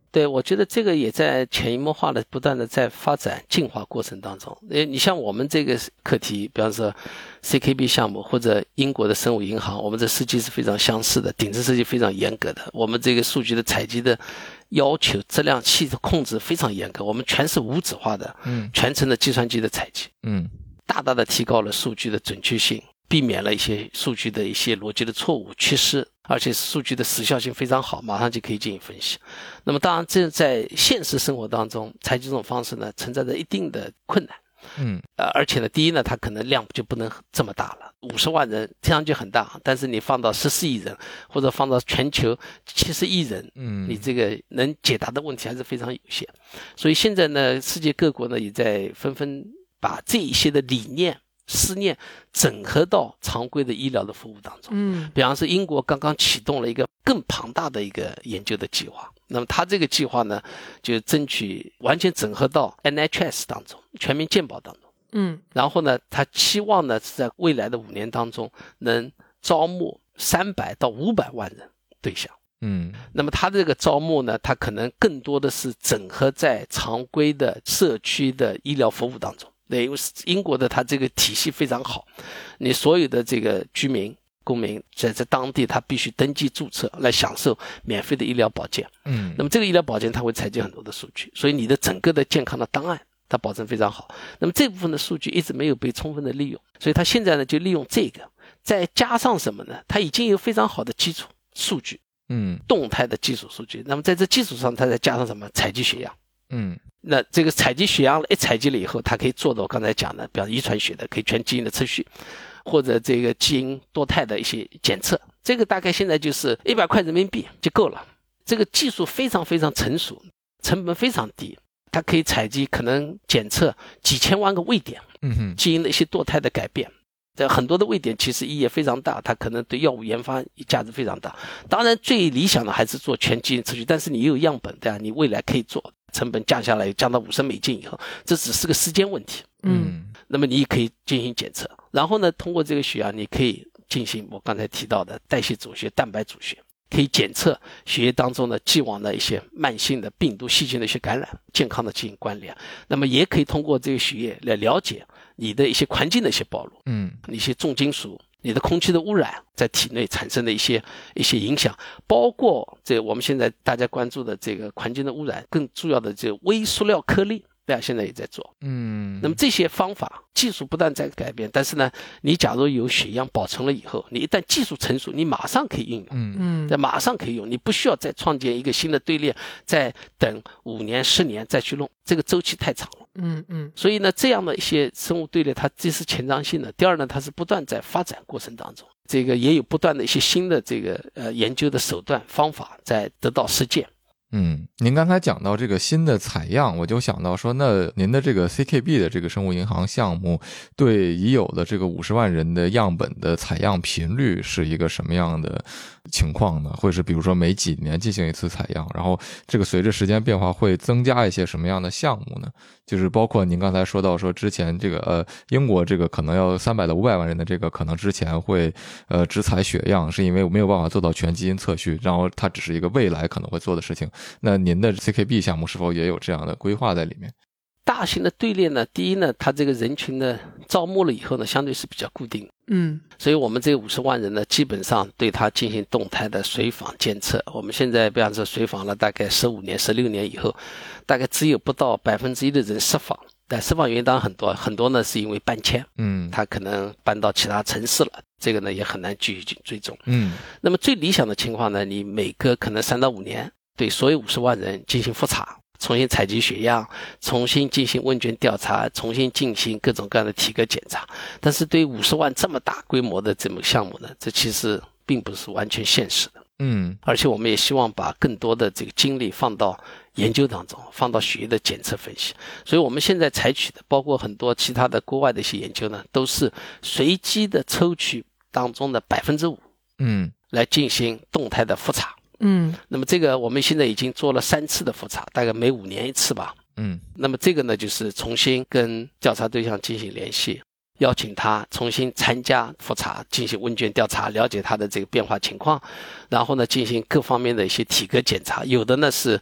对，我觉得这个也在潜移默化的不断的在发展进化过程当中。你像我们这个课题，比方说 CKB 项目或者英国的生物银行，我们这设计是非常相似的，顶层设计非常严格的，我们这个数据的采集的要求质量器的控制非常严格，我们全是无纸化的，全程的计算机的采集，大大的提高了数据的准确性，避免了一些数据的一些逻辑的错误缺失，而且数据的时效性非常好，马上就可以进行分析。那么当然这在现实生活当中采集这种方式呢存在着一定的困难，而且呢第一呢它可能量就不能这么大了，50万人听上去很大，但是你放到14亿人或者放到全球70亿人，你这个能解答的问题还是非常有限。所以现在呢世界各国呢也在纷纷把这一些的理念思念整合到常规的医疗的服务当中。比方说英国刚刚启动了一个更庞大的一个研究的计划，那么他这个计划呢就争取完全整合到 NHS 当中，全民健保当中。然后呢他期望呢是在未来的5年当中能招募300到500万人对象。那么他这个招募呢他可能更多的是整合在常规的社区的医疗服务当中。对，因为英国的它这个体系非常好，你所有的这个居民公民在当地他必须登记注册来享受免费的医疗保健。那么这个医疗保健它会采集很多的数据，所以你的整个的健康的档案它保证非常好。那么这部分的数据一直没有被充分的利用，所以他现在呢就利用这个，再加上什么呢？它已经有非常好的基础数据，动态的基础数据。那么在这基础上它再加上什么？采集血样。那这个采集血样一采集了以后，它可以做到我刚才讲的，比方遗传学的可以全基因的测序，或者这个基因多态的一些检测，这个大概现在就是100块人民币就够了。这个技术非常非常成熟，成本非常低，它可以采集可能检测几千万个位点，基因的一些多态的改变。这很多的位点其实意义非常大，它可能对药物研发价值非常大。当然最理想的还是做全基因测序，但是你也有样本，对吧？你未来可以做，成本降下来，降到$50以后，这只是个时间问题。那么你也可以进行检测，然后呢通过这个血样你可以进行我刚才提到的代谢组学、蛋白组学，可以检测血液当中的既往的一些慢性的病毒细菌的一些感染，健康的进行关联。那么也可以通过这个血液来了解你的一些环境的一些暴露，一些重金属，你的空气的污染在体内产生的一些影响，包括这我们现在大家关注的这个环境的污染，更重要的这个微塑料颗粒，大家现在也在做。那么这些方法技术不断在改变，但是呢你假如有血样保存了以后，你一旦技术成熟，你马上可以应用，马上可以用，你不需要再创建一个新的队列，再等5年10年再去弄，这个周期太长了。所以呢这样的一些生物队列它既是前瞻性的，第二呢它是不断在发展过程当中，这个也有不断的一些新的这个研究的手段方法在得到实践。 您刚才讲到这个新的采样，我就想到说，那您的这个 CKB 的这个生物银行项目对已有的这个50万人的样本的采样频率是一个什么样的情况呢？会是比如说每几年进行一次采样，然后这个随着时间变化会增加一些什么样的项目呢？就是包括您刚才说到说之前这个英国这个可能要300到500万人的这个可能之前会只采血样，是因为没有办法做到全基因测序，然后它只是一个未来可能会做的事情。那您的 CKB 项目是否也有这样的规划在里面？ 大型的队列呢，第一呢它这个人群呢招募了以后呢相对是比较固定，所以我们这50万人呢基本上对它进行动态的随访监测。我们现在比方说随访了大概15年16年以后，大概只有不到1%的人释放，但释放原因当然很多呢是因为搬迁，他可能搬到其他城市了，这个呢也很难继续追踪。那么最理想的情况呢，你每隔可能3到5年对所有50万人进行复查，重新采集血样，重新进行问卷调查，重新进行各种各样的体格检查。但是对于50万这么大规模的这么项目呢，这其实并不是完全现实的。而且我们也希望把更多的这个精力放到研究当中，放到血液的检测分析。所以我们现在采取的包括很多其他的国外的一些研究呢，都是随机的抽取当中的5%，来进行动态的复查。那么这个我们现在已经做了3次的复查，大概每5年1次吧。那么这个呢就是重新跟调查对象进行联系，邀请他重新参加复查，进行问卷调查，了解他的这个变化情况，然后呢进行各方面的一些体格检查，有的呢是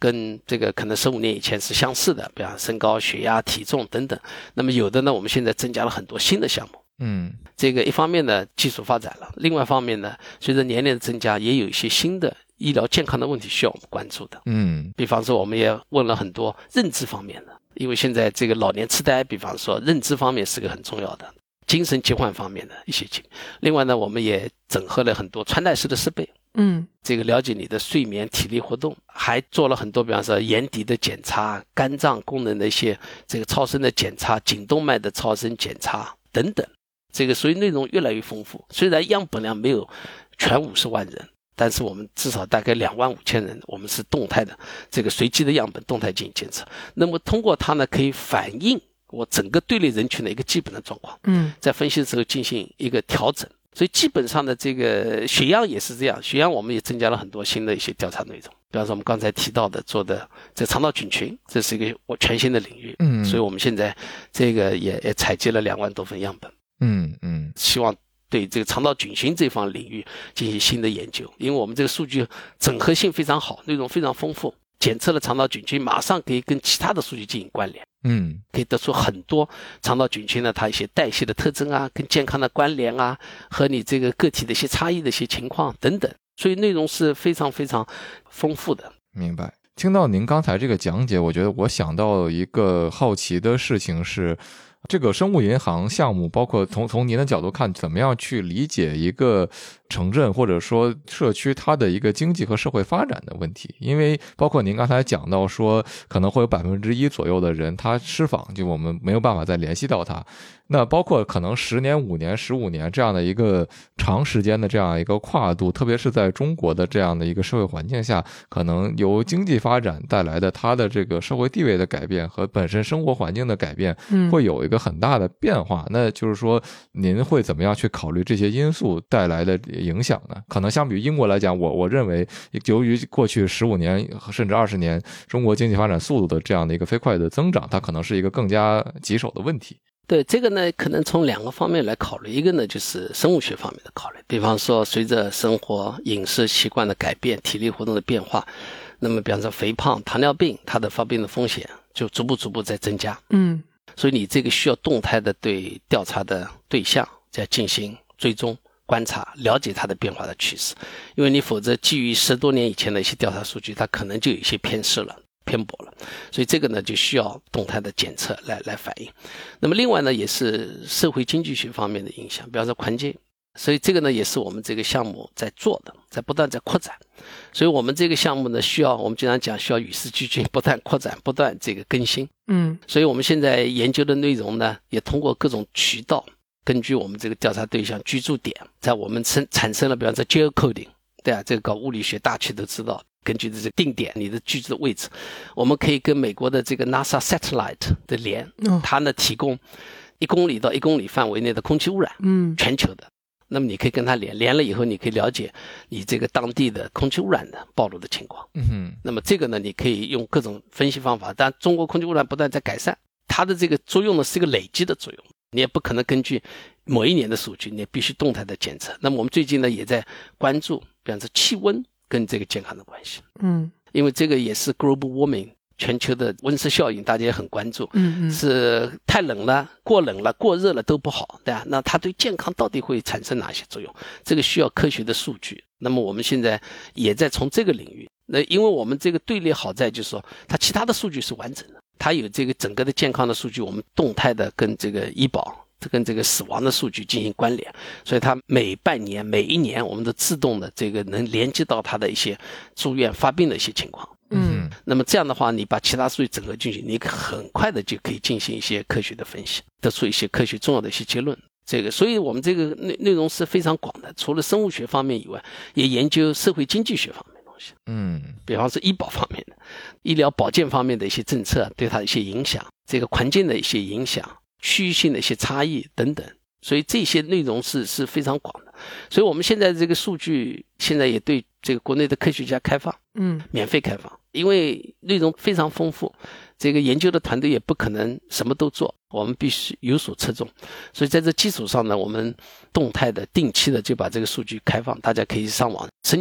跟这个可能15年以前是相似的，比方身高、血压、体重等等。那么有的呢，我们现在增加了很多新的项目。这个一方面呢，技术发展了，另外一方面呢，随着年龄的增加，也有一些新的医疗健康的问题需要我们关注的。比方说我们也问了很多认知方面的，因为现在这个老年痴呆，比方说认知方面是个很重要的，精神疾患方面的一些疾病。另外呢，我们也整合了很多穿戴式的设备，这个了解你的睡眠、体力活动，还做了很多，比方说眼底的检查、肝脏功能的一些这个超声的检查、颈动脉的超声检查等等。这个所以内容越来越丰富，虽然样本量没有全50万人，但是我们至少大概25000人，我们是动态的这个随机的样本动态进行监测。那么通过它呢，可以反映我整个队列人群的一个基本的状况，在分析的时候进行一个调整。所以基本上的这个血样也是这样，血样我们也增加了很多新的一些调查内容，比方说我们刚才提到的做的这肠道菌群，这是一个全新的领域，所以我们现在这个也采集了2万多份样本，希望对这个肠道菌群这方领域进行新的研究，因为我们这个数据整合性非常好，内容非常丰富，检测了肠道菌群马上可以跟其他的数据进行关联，可以得出很多肠道菌群呢它一些代谢的特征啊，跟健康的关联啊，和你这个个体的一些差异的一些情况等等，所以内容是非常非常丰富的。 明白。听到您刚才这个讲解，我觉得我想到一个好奇的事情是，这个生物银行项目，包括从您的角度看，怎么样去理解一个城镇或者说社区它的一个经济和社会发展的问题？因为包括您刚才讲到说，可能会有1%左右的人他失访，就我们没有办法再联系到他。那包括可能10年、5年、15年这样的一个长时间的这样一个跨度，特别是在中国的这样的一个社会环境下，可能由经济发展带来的它的这个社会地位的改变和本身生活环境的改变，会有一个很大的变化。那就是说，您会怎么样去考虑这些因素带来的影响呢？可能相比于英国来讲，我认为由于过去15年甚至20年中国经济发展速度的这样的一个飞快的增长，它可能是一个更加棘手的问题。 对，这个呢可能从2个方面来考虑，一个呢就是生物学方面的考虑，比方说随着生活饮食习惯的改变，体力活动的变化，那么比方说肥胖、糖尿病它的发病的风险就逐步在增加，所以你这个需要动态的对调查的对象在进行追踪观察，了解它的变化的趋势，因为你否则基于10多年以前的一些调查数据，它可能就有一些偏失了、偏颇了，所以这个呢就需要动态的检测来反映。那么另外呢也是社会经济学方面的影响，比方说环境，所以这个呢也是我们这个项目在做的，在不断在扩展。所以我们这个项目呢需要，我们经常讲需要与时俱进，不断扩展，不断这个更新。所以我们现在研究的内容呢也通过各种渠道，根据我们这个调查对象居住点，在我们产生了比方说 geocoding， 对啊，这个搞物理学大区都知道，根据这个定点你的居住的位置，我们可以跟美国的这个 NASA satellite 的连，它呢提供1公里到1公里范围内的空气污染，全球的。那么你可以跟它连了以后，你可以了解你这个当地的空气污染的暴露的情况。那么这个呢，你可以用各种分析方法，但中国空气污染不断在改善，它的这个作用呢是一个累积的作用，你也不可能根据某一年的数据，你也必须动态的检测。那么我们最近呢也在关注，比方说气温跟这个健康的关系，因为这个也是 global warming 全球的温室效应，大家也很关注，是太冷了、过冷了、过热了都不好，对吧？那它对健康到底会产生哪些作用？这个需要科学的数据。那么我们现在也在从这个领域，那因为我们这个队列好在就是说，它其他的数据是完整的，它有这个整个的健康的数据，我们动态的跟这个医保、跟这个死亡的数据进行关联，所以它每半年、每1年，我们都自动的这个能连接到它的一些住院发病的一些情况。那么这样的话，你把其他数据整合进去，你很快的就可以进行一些科学的分析，得出一些科学重要的一些结论。这个，所以我们这个内容是非常广的，除了生物学方面以外，也研究社会经济学方面的东西。比方说医保方面的、医疗保健方面的一些政策对它的一些影响，这个环境的一些影响、区域性的一些差异等等。所以这些内容是非常广的。所以我们现在这个数据现在也对这个国内的科学家开放，免费开放，因为内容非常丰富，这个研究的团队也不可能什么都做，我们必须有所侧重。所以在这基础上呢，我们动态的、定期的就把这个数据开放，大家可以上网申请，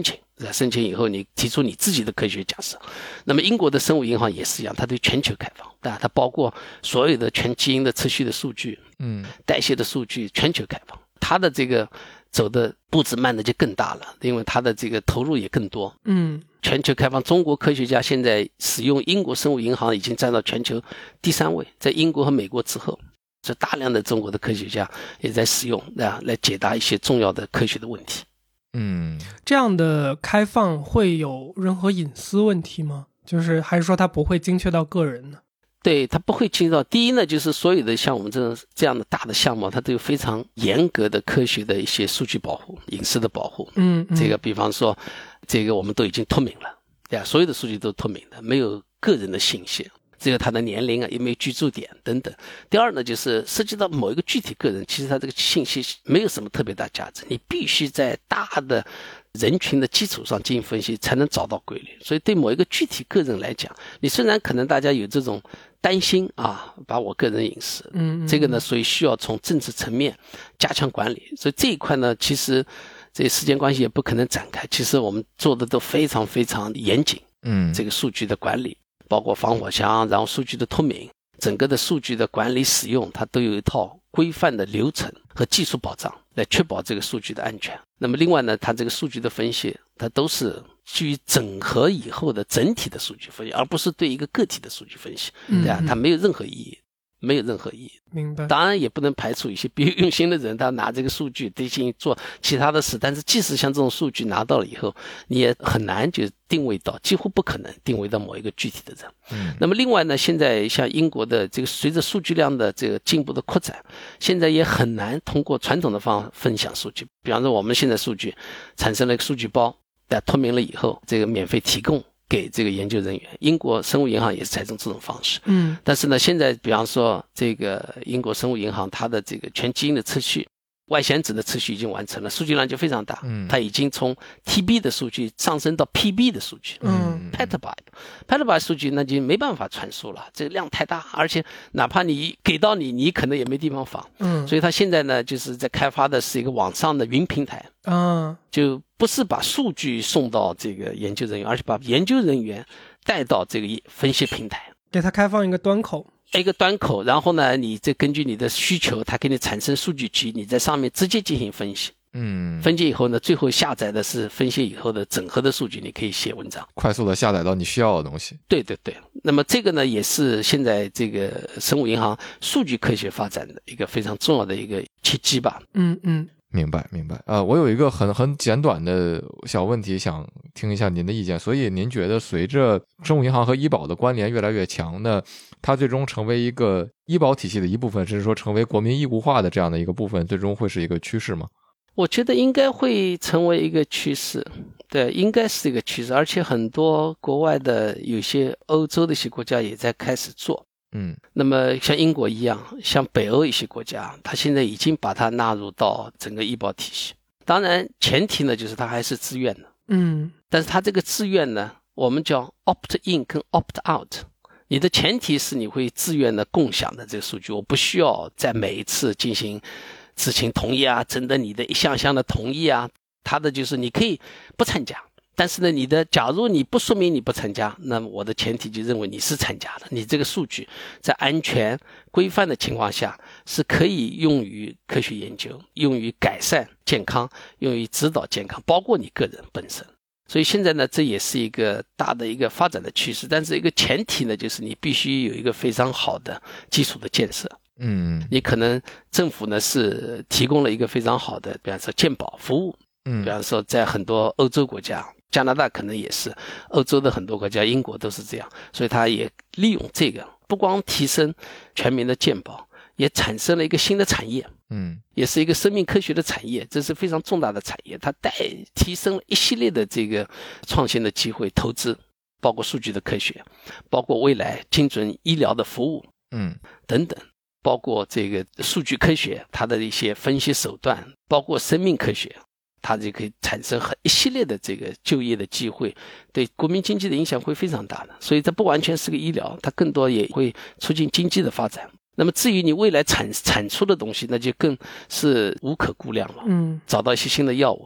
申请以后你提出你自己的科学假设。那么英国的生物银行也是一样，它对全球开放，对吧？它包括所有的全基因的测序的数据，代谢的数据全球开放。它的这个走的步子慢的就更大了，因为它的这个投入也更多。全球开放，中国科学家现在使用英国生物银行已经占到全球第3位，在英国和美国之后。这大量的中国的科学家也在使用，来解答一些重要的科学的问题。 这样的开放会有任何隐私问题吗？就是还是说它不会精确到个人呢？ 对，它不会精确到。第一呢，就是所有的像我们这样的大的项目，它都有非常严格的科学的一些数据保护、隐私的保护。这个比方说，这个我们都已经透明了，对吧？所有的数据都透明的，没有个人的信息。只有他的年龄啊，有没有居住点等等。第二呢，就是涉及到某一个具体个人，其实他这个信息没有什么特别大价值，你必须在大的人群的基础上进行分析，才能找到规律。所以对某一个具体个人来讲，你虽然可能大家有这种担心啊，把我个人隐私，这个呢，所以需要从政治层面加强管理。所以这一块呢，其实这时间关系也不可能展开，其实我们做的都非常非常严谨。这个数据的管理。包括防火墙，然后数据的透明，整个的数据的管理使用，它都有一套规范的流程和技术保障，来确保这个数据的安全。那么另外呢，它这个数据的分析，它都是基于整合以后的整体的数据分析，而不是对一个个体的数据分析，对吧？它没有任何意义。没有任何意义。 明白。 当然也不能排除一些别有用心的人，他拿这个数据进行做其他的事，但是即使像这种数据拿到了以后，你也很难就定位到，几乎不可能定位到某一个具体的人。那么另外呢，现在像英国的这个随着数据量的这个进步的扩展，现在也很难通过传统的方法分享数据。比方说我们现在数据产生了一个数据包，透明了以后，这个免费提供给这个研究人员。英国生物银行也是采用这种方式。但是呢，现在比方说这个英国生物银行，它的这个全基因的测序、外显子的测序已经完成了，数据量就非常大。它已经从 TB 的数据上升到 PB 的数据。Petabyte 数据那就没办法传输了，这个量太大，而且哪怕你给到你可能也没地方放。所以它现在呢，就是在开发的是一个网上的云平台。就不是把数据送到这个研究人员，而是把研究人员带到这个分析平台， 给它开放一个端口。 然后呢，你再根据你的需求，它给你产生数据集，你在上面直接进行分析。分析以后呢，最后下载的是分析以后的整合的数据，你可以写文章， 快速的下载到你需要的东西。 对。那么这个呢，也是现在这个生物银行数据科学发展的一个非常重要的一个契机吧。 明白。我有一个很简短的小问题，想听一下您的意见。所以您觉得随着生物银行和医保的关联越来越强呢，它最终成为一个医保体系的一部分，甚至说成为国民义务化的这样的一个部分，最终会是一个趋势吗？ 我觉得应该会成为一个趋势，对，应该是一个趋势，而且很多国外的有些欧洲的一些国家也在开始做。那么像英国一样，像北欧一些国家，它现在已经把它纳入到整个医保体系。当然前提呢，就是它还是自愿的。但是它这个自愿呢，我们叫 opt in 跟 opt out。你的前提是你会自愿的共享的这个数据，我不需要在每一次进行知情同意啊，征得你的一项项的同意啊。它的就是你可以不参加，但是呢，假如你不说明你不参加，那么我的前提就认为你是参加的，你这个数据在安全规范的情况下是可以用于科学研究，用于改善健康，用于指导健康，包括你个人本身。所以现在呢，这也是一个大的一个发展的趋势，但是一个前提呢，就是你必须有一个非常好的基础的建设。你可能政府呢是提供了一个非常好的，比方说健保服务。比方说在很多欧洲国家，加拿大可能也是，欧洲的很多国家，英国都是这样，所以他也利用这个，不光提升全民的健保，也产生了一个新的产业。也是一个生命科学的产业，这是非常重大的产业，它提升了一系列的这个创新的机会投资，包括数据的科学，包括未来精准医疗的服务，等等，包括这个数据科学它的一些分析手段，包括生命科学，它就可以产生一系列的这个就业的机会，对国民经济的影响会非常大的。所以这不完全是个医疗，它更多也会促进经济的发展。那么至于你未来产出的东西，那就更是无可估量了。找到一些新的药物，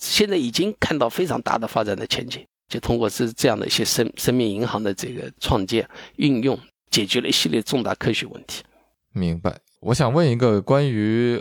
现在已经看到非常大的发展的前景，就通过这样的一些生命银行的这个创建运用，解决了一系列重大科学问题。 明白。我想问一个关于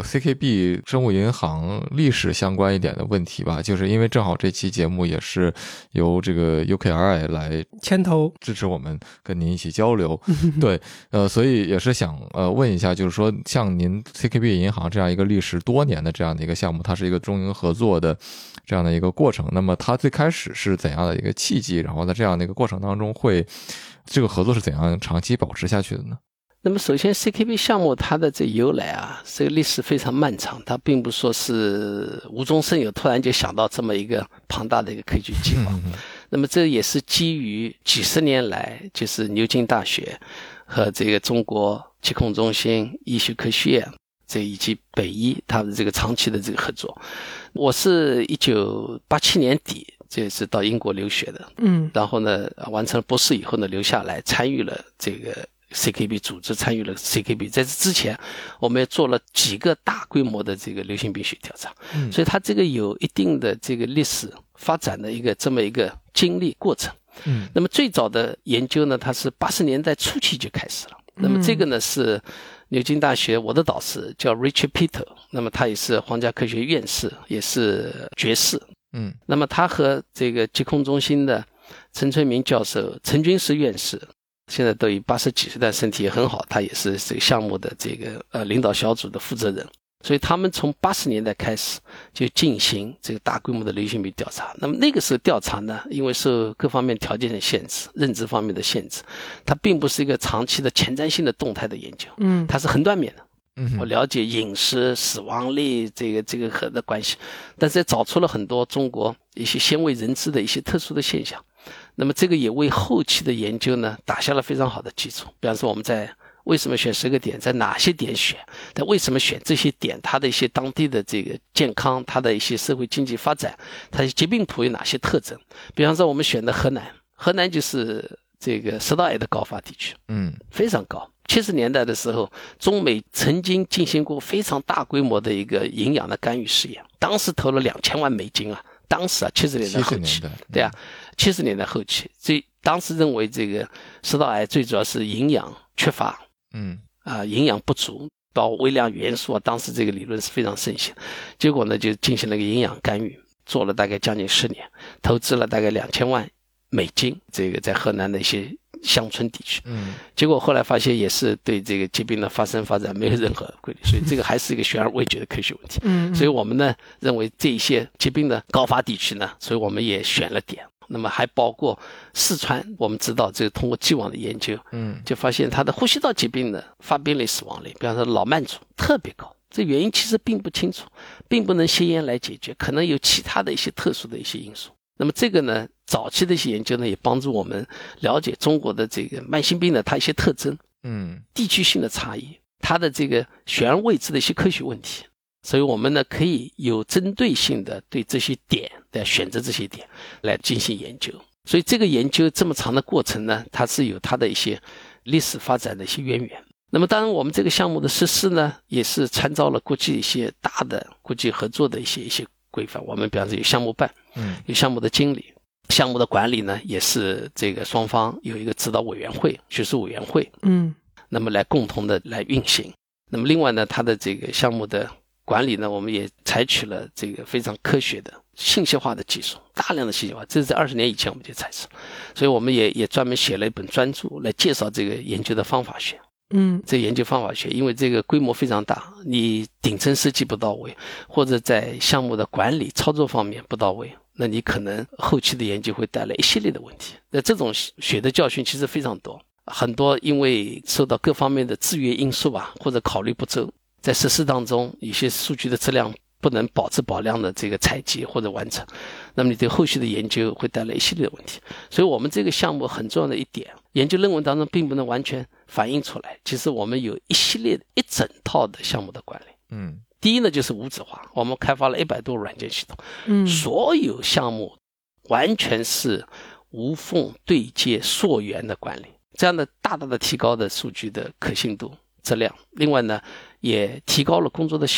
CKB 生物银行历史相关一点的问题吧，就是因为正好这期节目也是由这个 UKRI 来牵头支持我们跟您一起交流，对，所以也是想问一下，就是说像您 CKB 银行这样一个历时多年的这样的一个项目，它是一个中英合作的这样的一个过程，那么它最开始是怎样的一个契机，然后在这样的一个过程当中这个合作是怎样长期保持下去的呢？ 那么首先 CKB 项目它的这由来啊，这个历史非常漫长，它并不说是无中生有突然就想到这么一个庞大的一个科学计划。那么这也是基于几十年来就是牛津大学和这个中国疾控中心、医学科学院以及北医他们这个长期的这个合作。我是1987年底这是到英国留学的，然后呢完成了博士以后呢留下来参与了这个CKB 组织，参与了 CKB。 在这之前我们也做了几个大规模的这个流行病学调查，所以它这个有一定的这个历史发展的这么一个经历过程。那么最早的研究呢，它是80年代初期就开始了。那么这个呢是牛津大学我的导师叫 Richard Peter， 那么他也是皇家科学院士，也是爵士。那么他和这个疾控中心的陈春明教授、陈军是院士，现在都已80几岁，但身体也很好，他也是这个项目的这个领导小组的负责人。所以他们从80年代开始就进行这个大规模的流行病调查。那么那个时候调查呢，因为受各方面条件的限制，认知方面的限制，它并不是一个长期的前瞻性的动态的研究，它是横断面的。我了解饮食、死亡率这个和的关系，但是也找出了很多中国一些鲜为人知的一些特殊的现象。那么这个也为后期的研究呢打下了非常好的基础。比方说我们在为什么选10个点，在哪些点选，在为什么选这些点，它的一些当地的这个健康，它的一些社会经济发展，它的疾病谱有哪些特征。比方说我们选的河南就是这个食道癌的高发地区，非常高。70年代的时候，中美曾经进行过非常大规模的一个营养的干预试验，当时投了2000万美金啊。当时啊，70年代后期，对啊，70年代后期，当时认为这个食道癌最主要是营养缺乏，营养不足，包括微量元素啊，当时这个理论是非常盛行。结果呢，就进行了一个营养干预，做了大概将近10年，投资了大概2000万美金，这个在河南的一些乡村地区，结果后来发现也是对这个疾病的发生发展没有任何规律，所以这个还是一个悬而未决的科学问题。所以我们呢认为这一些疾病的高发地区呢，所以我们也选了点。那么还包括四川，我们知道这个通过既往的研究，就发现它的呼吸道疾病的发病率、死亡率，比方说老慢阻特别高。这原因其实并不清楚，并不能吸烟来解决，可能有其他的一些特殊的一些因素。那么这个呢，早期的一些研究呢，也帮助我们了解中国的这个慢性病的它一些特征，地区性的差异，它的这个悬而未知的一些科学问题。所以我们呢可以有针对性的对这些点来选择这些点来进行研究。所以这个研究这么长的过程呢，它是有它的一些历史发展的一些渊源。那么当然我们这个项目的实施呢，也是参照了国际一些大的国际合作的一些规范。我们比方说有项目办，有项目的经理，项目的管理呢也是这个双方有一个指导委员会、学术委员会，那么来共同的来运行。那么另外呢，它的这个项目的管理呢，我们也采取了这个非常科学的信息化的技术，大量的信息化，这是在20年以前我们就采取，所以我们也专门写了一本专著来介绍这个研究的方法学。这个研究方法学，因为这个规模非常大，你顶层设计不到位，或者在项目的管理操作方面不到位，那你可能后期的研究会带来一系列的问题。那这种血的教训其实非常多，很多因为受到各方面的制约因素啊，或者考虑不周，在实施当中一些数据的质量不能保质保量的这个采集或者完成，那么你对后续的研究会带来一系列的问题。所以我们这个项目很重要的一点，研究论文当中并不能完全反映出来，其实我们有一系列一整套的项目的管理。第一呢就是无纸化，我们开发了100多软件系统，所有项目完全是无缝对接溯源的管理，这样的大大的提高的数据的可信度质量。另外呢也提高了工作的效率，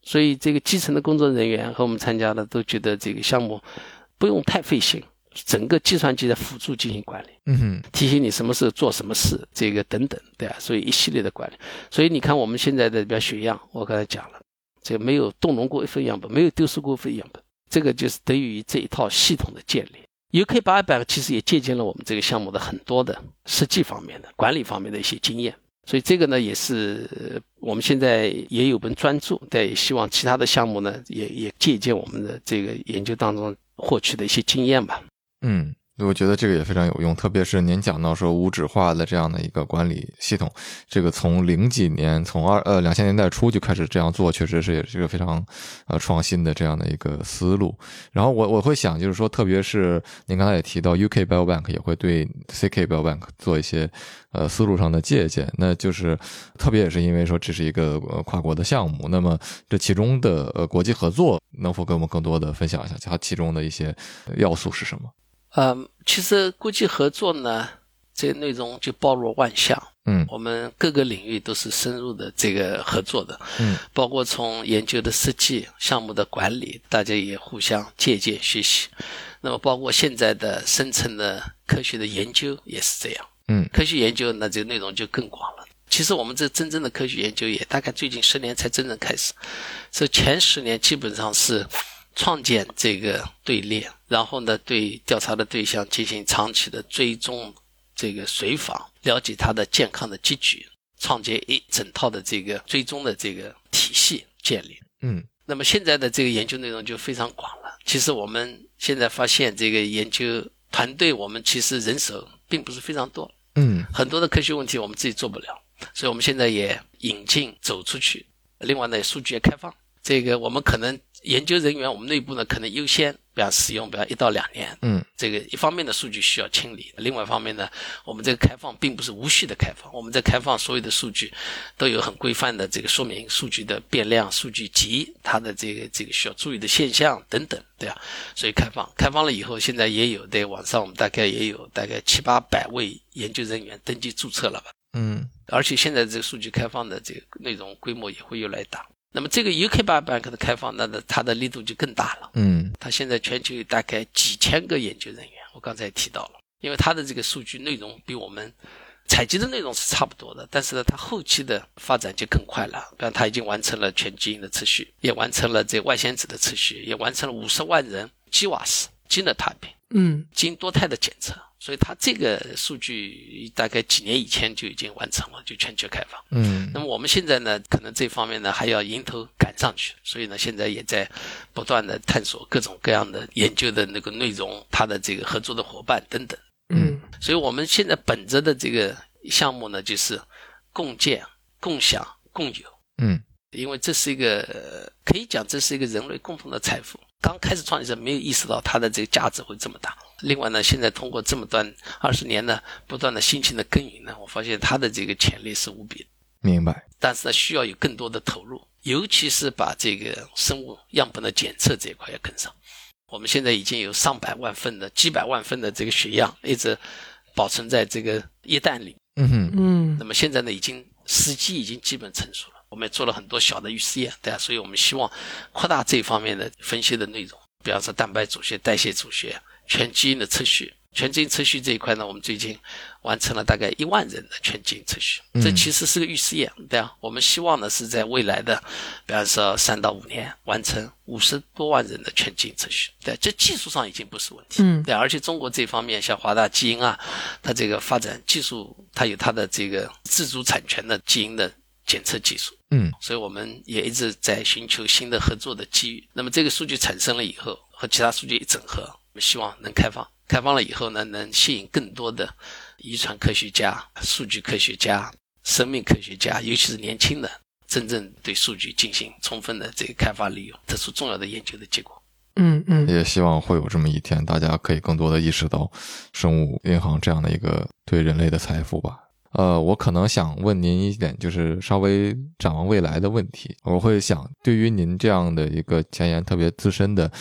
所以这个基层的工作人员和我们参加的都觉得这个项目不用太费心，整个计算机的辅助进行管理，提醒你什么时候做什么事，这个等等，对啊，所以一系列的管理。所以你看我们现在的比如血样，我刚才讲了，这个没有动容过一份样本，没有丢失过一份样本，这个就是得益于这一套系统的建立。UK800其实也借鉴了我们这个项目的很多的设计方面的、管理方面的一些经验，所以这个呢也是我们现在也有本专著，但也希望其他的项目呢也借鉴我们的这个研究当中获取的一些经验吧。 我觉得这个也非常有用，特别是您讲到说无纸化的这样的一个管理系统，这个从零几年，从2000年代初就开始这样做，确实是也是一个非常创新的这样的一个思路。然后我会想就是说，特别是您刚才也提到 UK Biobank 也会对 CK Biobank 做一些思路上的借鉴，那就是特别也是因为说这是一个跨国的项目，那么这其中的国际合作能否跟我们更多的分享一下它其中的一些要素是什么？ 其实国际合作呢，这个内容就包罗万象。我们各个领域都是深入的这个合作的。包括从研究的设计、项目的管理，大家也互相借鉴学习。那么包括现在的深层的科学的研究也是这样。科学研究呢，这个内容就更广了。其实我们这真正的科学研究也大概最近10年才真正开始，这前10年基本上是创建这个队列，然后呢对调查的对象进行长期的追踪，这个随访，了解他的健康的积聚，创建一整套的这个追踪的这个体系建立。那么现在的这个研究内容就非常广了。其实我们现在发现这个研究团队，我们其实人手并不是非常多。很多的科学问题我们自己做不了，所以我们现在也引进走出去。另外呢，数据也开放，这个我们可能研究人员我们内部呢可能优先比方使用比方1到2年。这个一方面的数据需要清理，另外一方面呢，我们这个开放并不是无序的开放，我们在开放所有的数据都有很规范的这个说明，数据的变量、数据集它的这个需要注意的现象等等，对啊，所以开放了以后，现在也有在网上我们大概也有大概700-800位研究人员登记注册了吧。而且现在这个数据开放的这个内容规模也会越来越大。那么这个 UK Biobank 的开放，那它的力度就更大了。它现在全球有大概几千个研究人员，我刚才也提到了，因为它的这个数据内容比我们采集的内容是差不多的，但是呢，它后期的发展就更快了。比方它已经完成了全基因的测序，也完成了这外显子的测序，也完成了50万人GWAS genotyping，基因多态的检测。所以它这个数据大概几年以前就已经完成了，就全球开放。那么我们现在呢，可能这方面呢还要迎头赶上去，所以呢现在也在不断的探索各种各样的研究的那个内容，它的这个合作的伙伴等等。所以我们现在本着的这个项目呢，就是共建、共享、共有。因为这是一个可以讲这是一个人类共同的财富。刚开始创立时没有意识到它的这个价值会这么大。另外呢，现在通过这么短20年呢，不断的辛勤的耕耘呢，我发现它的这个潜力是无比的。 明白。 但是呢，需要有更多的投入，尤其是把这个生物样本的检测这一块要跟上。我们现在已经有上百万份的、几百万份的这个血样一直保存在这个液氮里。那么现在呢，时机已经基本成熟了。我们也做了很多小的预试验，对啊，所以我们希望扩大这方面的分析的内容，比方说蛋白组学、代谢组学、全基因的测序。全基因测序这一块呢，我们最近完成了大概1万人的全基因测序。这其实是个预试验，对啊，我们希望呢是在未来的比方说3到5年完成50多万人的全基因测序。对，这技术上已经不是问题。对，而且中国这方面像华大基因啊，它这个发展技术，它有它的这个自主产权的基因的检测技术。所以我们也一直在寻求新的合作的机遇。那么这个数据产生了以后，和其他数据一整合，我们希望能开放了以后呢，能吸引更多的遗传科学家、数据科学家、生命科学家，尤其是年轻的，真正对数据进行充分的这个开发利用，得出重要的研究的结果。 也希望会有这么一天，大家可以更多的意识到生物银行这样的一个对人类的财富吧。我可能想问您一点，就是稍微展望未来的问题。我会想，对于您这样的一个前沿特别资深的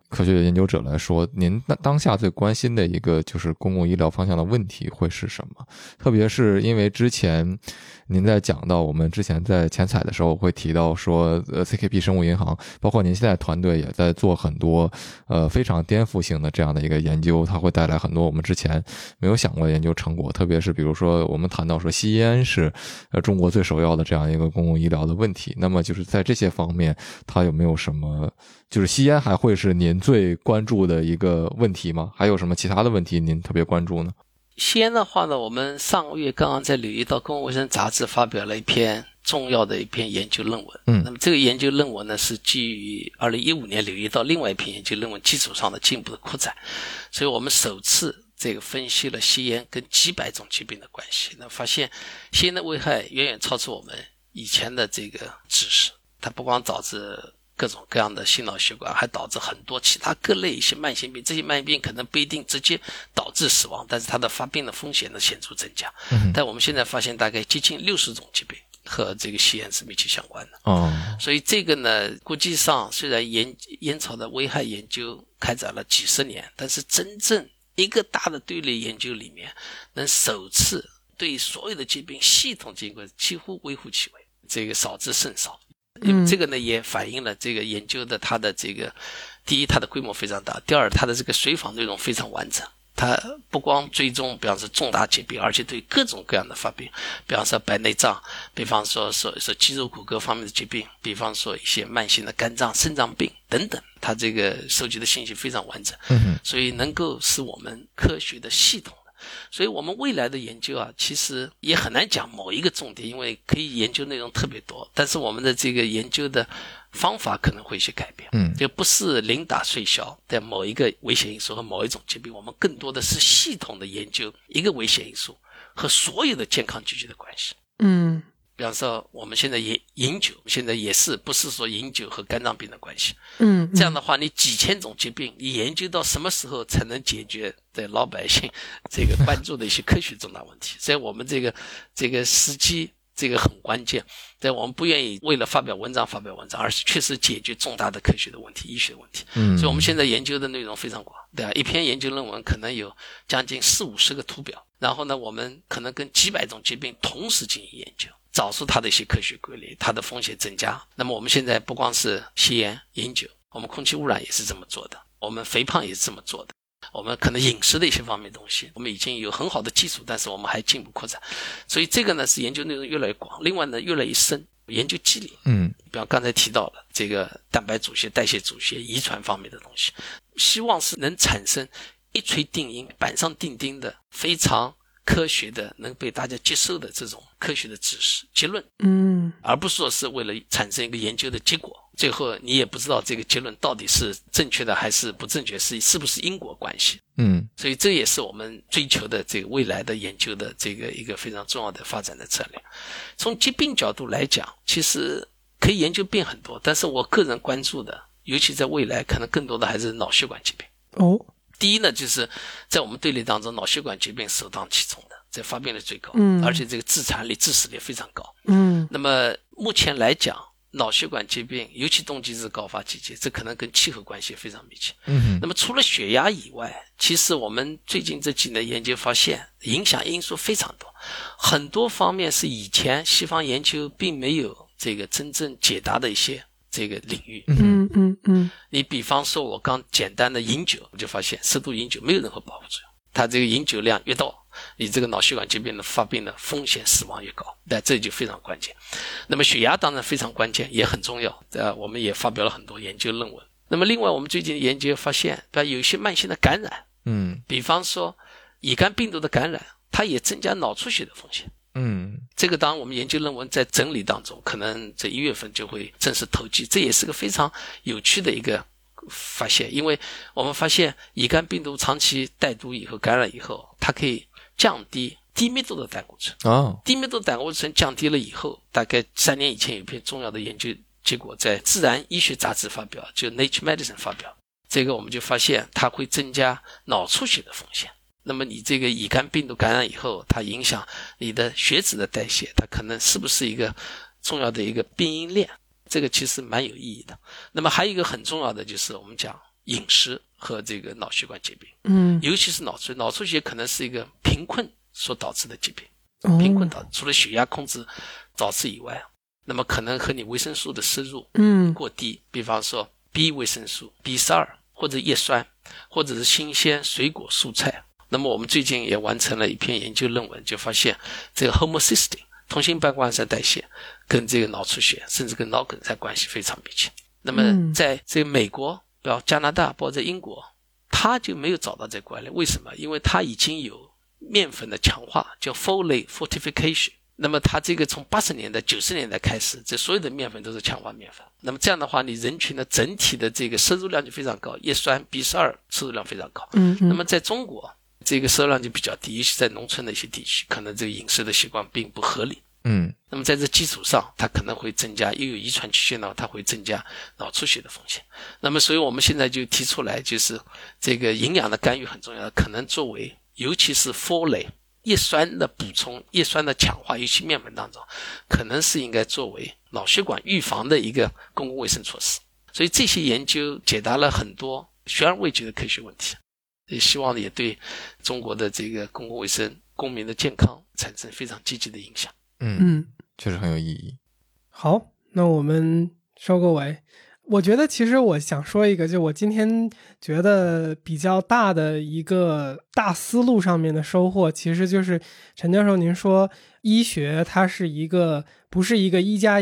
科学研究者来说，您当下最关心的一个就是公共医疗方向的问题会是什么？特别是因为之前您在讲到我们之前在前采的时候会提到说CKP 生物银行，包括您现在团队也在做很多非常颠覆性的这样的一个研究，它会带来很多我们之前没有想过的研究成果。特别是比如说我们谈到说吸烟是中国最首要的这样一个公共医疗的问题，那么就是在这些方面它有没有什么，就是吸烟还会是您最关注的一个问题吗？还有什么其他的问题您特别关注呢？ 吸烟的话呢，我们上个月刚刚在《柳叶刀公共卫生杂志》发表了一篇重要的一篇研究论文。那么这个研究论文呢，是基于2015年《柳叶刀》另外一篇研究论文基础上的进一步的扩展，所以我们首次这个分析了吸烟跟几百种疾病的关系。那发现吸烟的危害远远超出我们以前的这个知识，它不光导致各种各样的心脑血管，还导致很多其他各类一些慢性病，这些慢性病可能不一定直接导致死亡，但是它的发病的风险呢显著增加。但我们现在发现大概接近60种疾病和这个吸烟是密切相关的。所以这个呢，国际上虽然烟草的危害研究开展了几十年，但是真正一个大的队列研究里面能首次对所有的疾病系统经过，几乎微乎其微，这个少之甚少。这个呢也反映了这个研究的它的这个，第一它的规模非常大，第二它的这个随访内容非常完整，它不光追踪比方说重大疾病，而且对各种各样的发病，比方说白内障，比方说肌肉骨骼方面的疾病，比方说一些慢性的肝脏肾脏病等等，它这个收集的信息非常完整，所以能够使我们科学的系统。所以我们未来的研究啊，其实也很难讲某一个重点，因为可以研究内容特别多，但是我们的这个研究的方法可能会有些改变，就不是零打碎消的某一个危险因素和某一种疾病，我们更多的是系统的研究一个危险因素和所有的健康积聚的关系。比方说我们现在饮酒，现在也是不是说饮酒和肝脏病的关系。这样的话你几千种疾病，你研究到什么时候才能解决对老百姓这个关注的一些科学重大问题？所以我们这个时机这个很关键，但我们不愿意为了发表文章，而是确实解决重大的科学的问题、医学的问题。所以我们现在研究的内容非常广，对啊，一篇研究论文可能有将近40-50个图表，然后呢，我们可能跟几百种疾病同时进行研究，找出它的一些科学规律，它的风险增加。那么我们现在不光是吸烟、饮酒，我们空气污染也是这么做的，我们肥胖也是这么做的，我们可能饮食的一些方面东西，我们已经有很好的基础，但是我们还进一步扩展。所以这个呢是研究内容越来越广，另外呢越来越深，研究机理。比方刚才提到了这个蛋白组学、代谢组学、遗传方面的东西，希望是能产生一锤定音、板上钉钉的非常科学的能被大家接受的这种科学的知识结论，而不是说是为了产生一个研究的结果，最后你也不知道这个结论到底是正确的还是不正确，是不是因果关系。所以这也是我们追求的这个未来的研究的这个一个非常重要的发展的策略。从疾病角度来讲，其实可以研究病很多，但是我个人关注的，尤其在未来可能更多的还是脑血管疾病。第一呢，就是在我们队列当中，脑血管疾病首当其冲的，这发病率最高，而且这个致残率、致死率非常高。那么目前来讲，脑血管疾病尤其冬季是高发季节，这可能跟气候关系非常密切。那么除了血压以外，其实我们最近这几年研究发现，影响因素非常多，很多方面是以前西方研究并没有这个真正解答的一些这个领域。你比方说我刚简单的饮酒，我就发现适度饮酒没有任何保护作用，它这个饮酒量越高，你这个脑血管疾病的发病的风险死亡越高，那这就非常关键。那么血压当然非常关键，也很重要，我们也发表了很多研究论文。那么另外我们最近研究发现，有一些慢性的感染，比方说乙肝病毒的感染，它也增加脑出血的风险。这个当然我们研究论文在整理当中，可能这1月份就会正式投寄，这也是个非常有趣的一个发现，因为我们发现乙肝病毒长期带毒以后感染以后，它可以降低低密度的胆固醇。低密度胆固醇降低了以后，大概3年以前有一篇重要的研究结果在自然医学杂志发表，就 Nature Medicine 发表，这个我们就发现它会增加脑出血的风险。那么你这个乙肝病毒感染以后，它影响你的血脂的代谢，它可能是不是一个重要的一个变因链，这个其实蛮有意义的。那么还有一个很重要的就是我们讲饮食和这个脑血管疾病，尤其是脑出血可能是一个贫困所导致的疾病，贫困导致除了血压控制导致以外，那么可能和你维生素的摄入过低，比方说 B 维生素 B12 或者叶酸或者是新鲜水果蔬菜。那么我们最近也完成了一篇研究论文，就发现这个 homocysteine 同心半胱氨代谢跟这个脑出血甚至跟脑梗塞关系非常密切。那么在这个美国加拿大包括在英国，他就没有找到这关联。为什么？因为他已经有面粉的强化，叫 folate fortification。那么它这个从80年代90年代开始，这所有的面粉都是强化面粉。那么这样的话，你人群的整体的这个摄入量就非常高，叶酸 B12 摄入量非常高。那么在中国这个摄入量就比较低，尤其在农村的一些地区，可能这个饮食的习惯并不合理。那么在这基础上，它可能会增加，又有遗传曲线呢，它会增加脑出血的风险。那么所以我们现在就提出来，就是这个营养的干预很重要，可能作为尤其是 folate 叶酸的补充，叶酸的强化，尤其面粉当中，可能是应该作为脑血管预防的一个公共卫生措施。所以这些研究解答了很多悬而未决的科学问题，也希望也对中国的这个公共卫生、公民的健康产生非常积极的影响。 确实很有意义。 好，那我们收个尾。我觉得其实我想说一个，就我今天觉得比较大的一个大思路上面的收获，其实就是陈教授您说医学它是一个不是一个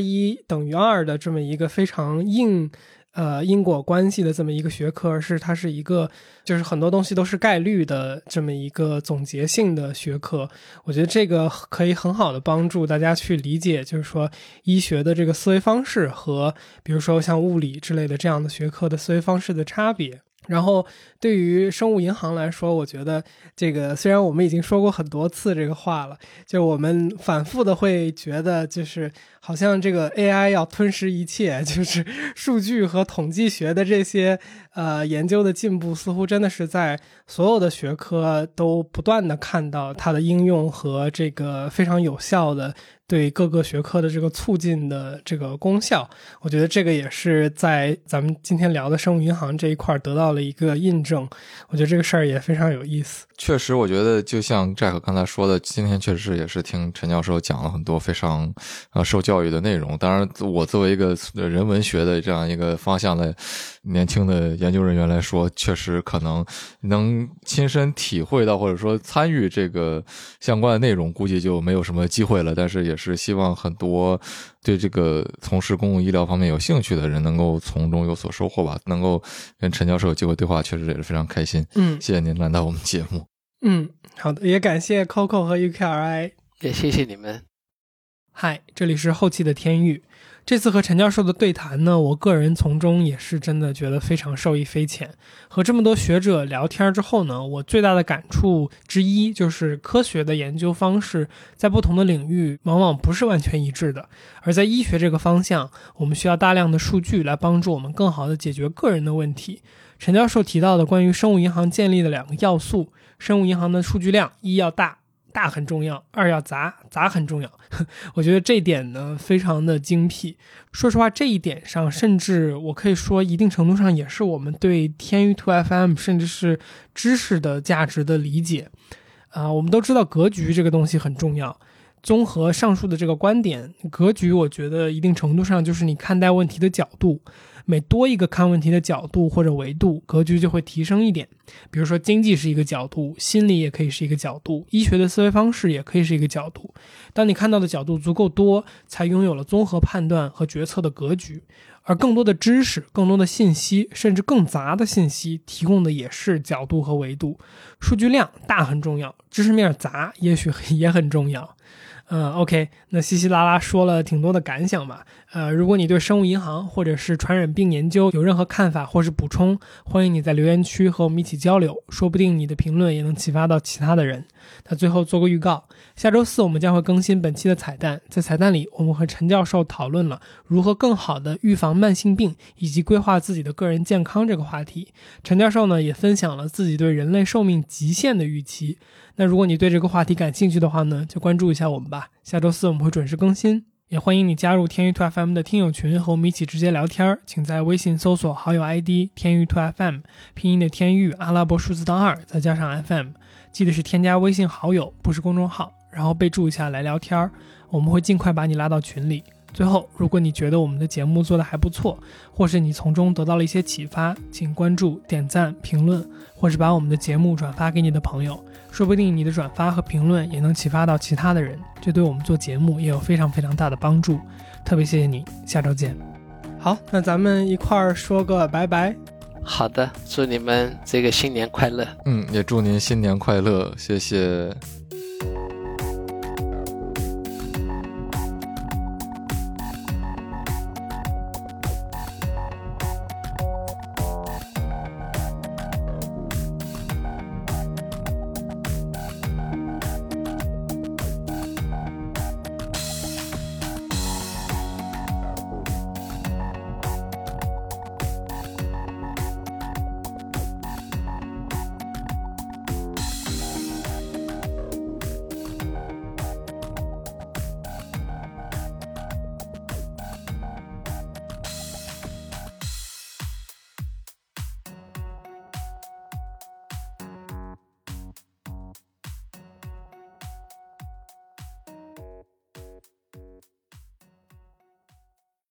1+1=2的这么一个非常硬因果关系的这么一个学科，而是它是一个就是很多东西都是概率的这么一个总结性的学科。我觉得这个可以很好的帮助大家去理解，就是说医学的这个思维方式和比如说像物理之类的这样的学科的思维方式的差别。然后对于生物银行来说，我觉得这个虽然我们已经说过很多次这个话了，就我们反复的会觉得就是好像这个 AI 要吞噬一切，就是数据和统计学的这些研究的进步似乎真的是在所有的学科都不断的看到它的应用和这个非常有效的对各个学科的这个促进的这个功效。我觉得这个也是在咱们今天聊的生物银行这一块得到了一个印证，我觉得这个事儿也非常有意思。 确实我觉得就像Jack刚才说的，今天确实也是听陈教授讲了很多非常受教育的内容。当然我作为一个人文学的这样一个方向的年轻的研究人员来说，确实可能能亲身体会到或者说参与这个相关的内容估计就没有什么机会了，但是也是希望很多对这个从事公共医疗方面有兴趣的人能够从中有所收获吧。能够跟陈教授有机会对话确实也是非常开心。谢谢您来到我们节目。 好的，也感谢 Coco 和 UKRI， 也谢谢你们。 嗨，这里是后期的天域。这次和陈教授的对谈呢，我个人从中也是真的觉得非常受益匪浅。和这么多学者聊天之后呢，我最大的感触之一就是科学的研究方式在不同的领域往往不是完全一致的，而在医学这个方向，我们需要大量的数据来帮助我们更好的解决个人的问题。陈教授提到的关于生物银行建立的2个要素，生物银行的数据量1要大很重要，2要杂很重要。我觉得这一点呢非常的精辟。说实话，这一点上甚至我可以说一定程度上也是我们对天域 2FM 甚至是知识的价值的理解。我们都知道格局这个东西很重要，综合上述的这个观点，格局我觉得一定程度上就是你看待问题的角度，每多一个看问题的角度或者维度，格局就会提升一点。比如说经济是一个角度，心理也可以是一个角度，医学的思维方式也可以是一个角度。当你看到的角度足够多，才拥有了综合判断和决策的格局。而更多的知识，更多的信息，甚至更杂的信息提供的也是角度和维度。数据量大很重要，知识面杂也许也很重要。OK， 那稀稀拉拉说了挺多的感想吧。如果你对生物银行或者是传染病研究有任何看法或是补充，欢迎你在留言区和我们一起交流，说不定你的评论也能启发到其他的人。那最后做个预告，下周4我们将会更新本期的彩蛋，在彩蛋里我们和陈教授讨论了如何更好的预防慢性病以及规划自己的个人健康这个话题。陈教授呢也分享了自己对人类寿命极限的预期。那如果你对这个话题感兴趣的话呢，就关注一下我们吧。下周4我们会准时更新。 也欢迎你加入天娱 2FM 的听友群和我们一起直接聊天，请在微信搜索好友 ID 天娱 2FM， 拼音的天娱，阿拉伯数字当2，再加上 FM， 记得是添加微信好友，不是公众号，然后备注一下来聊天，我们会尽快把你拉到群里。最后，如果你觉得我们的节目做得还不错，或是你从中得到了一些启发，请关注、点赞、评论，或是把我们的节目转发给你的朋友，说不定你的转发和评论也能启发到其他的人，这对我们做节目也有非常非常大的帮助。特别谢谢你，下周见。好，那咱们一块儿说个拜拜。 好的，祝你们这个新年快乐。 也祝您新年快乐，谢谢。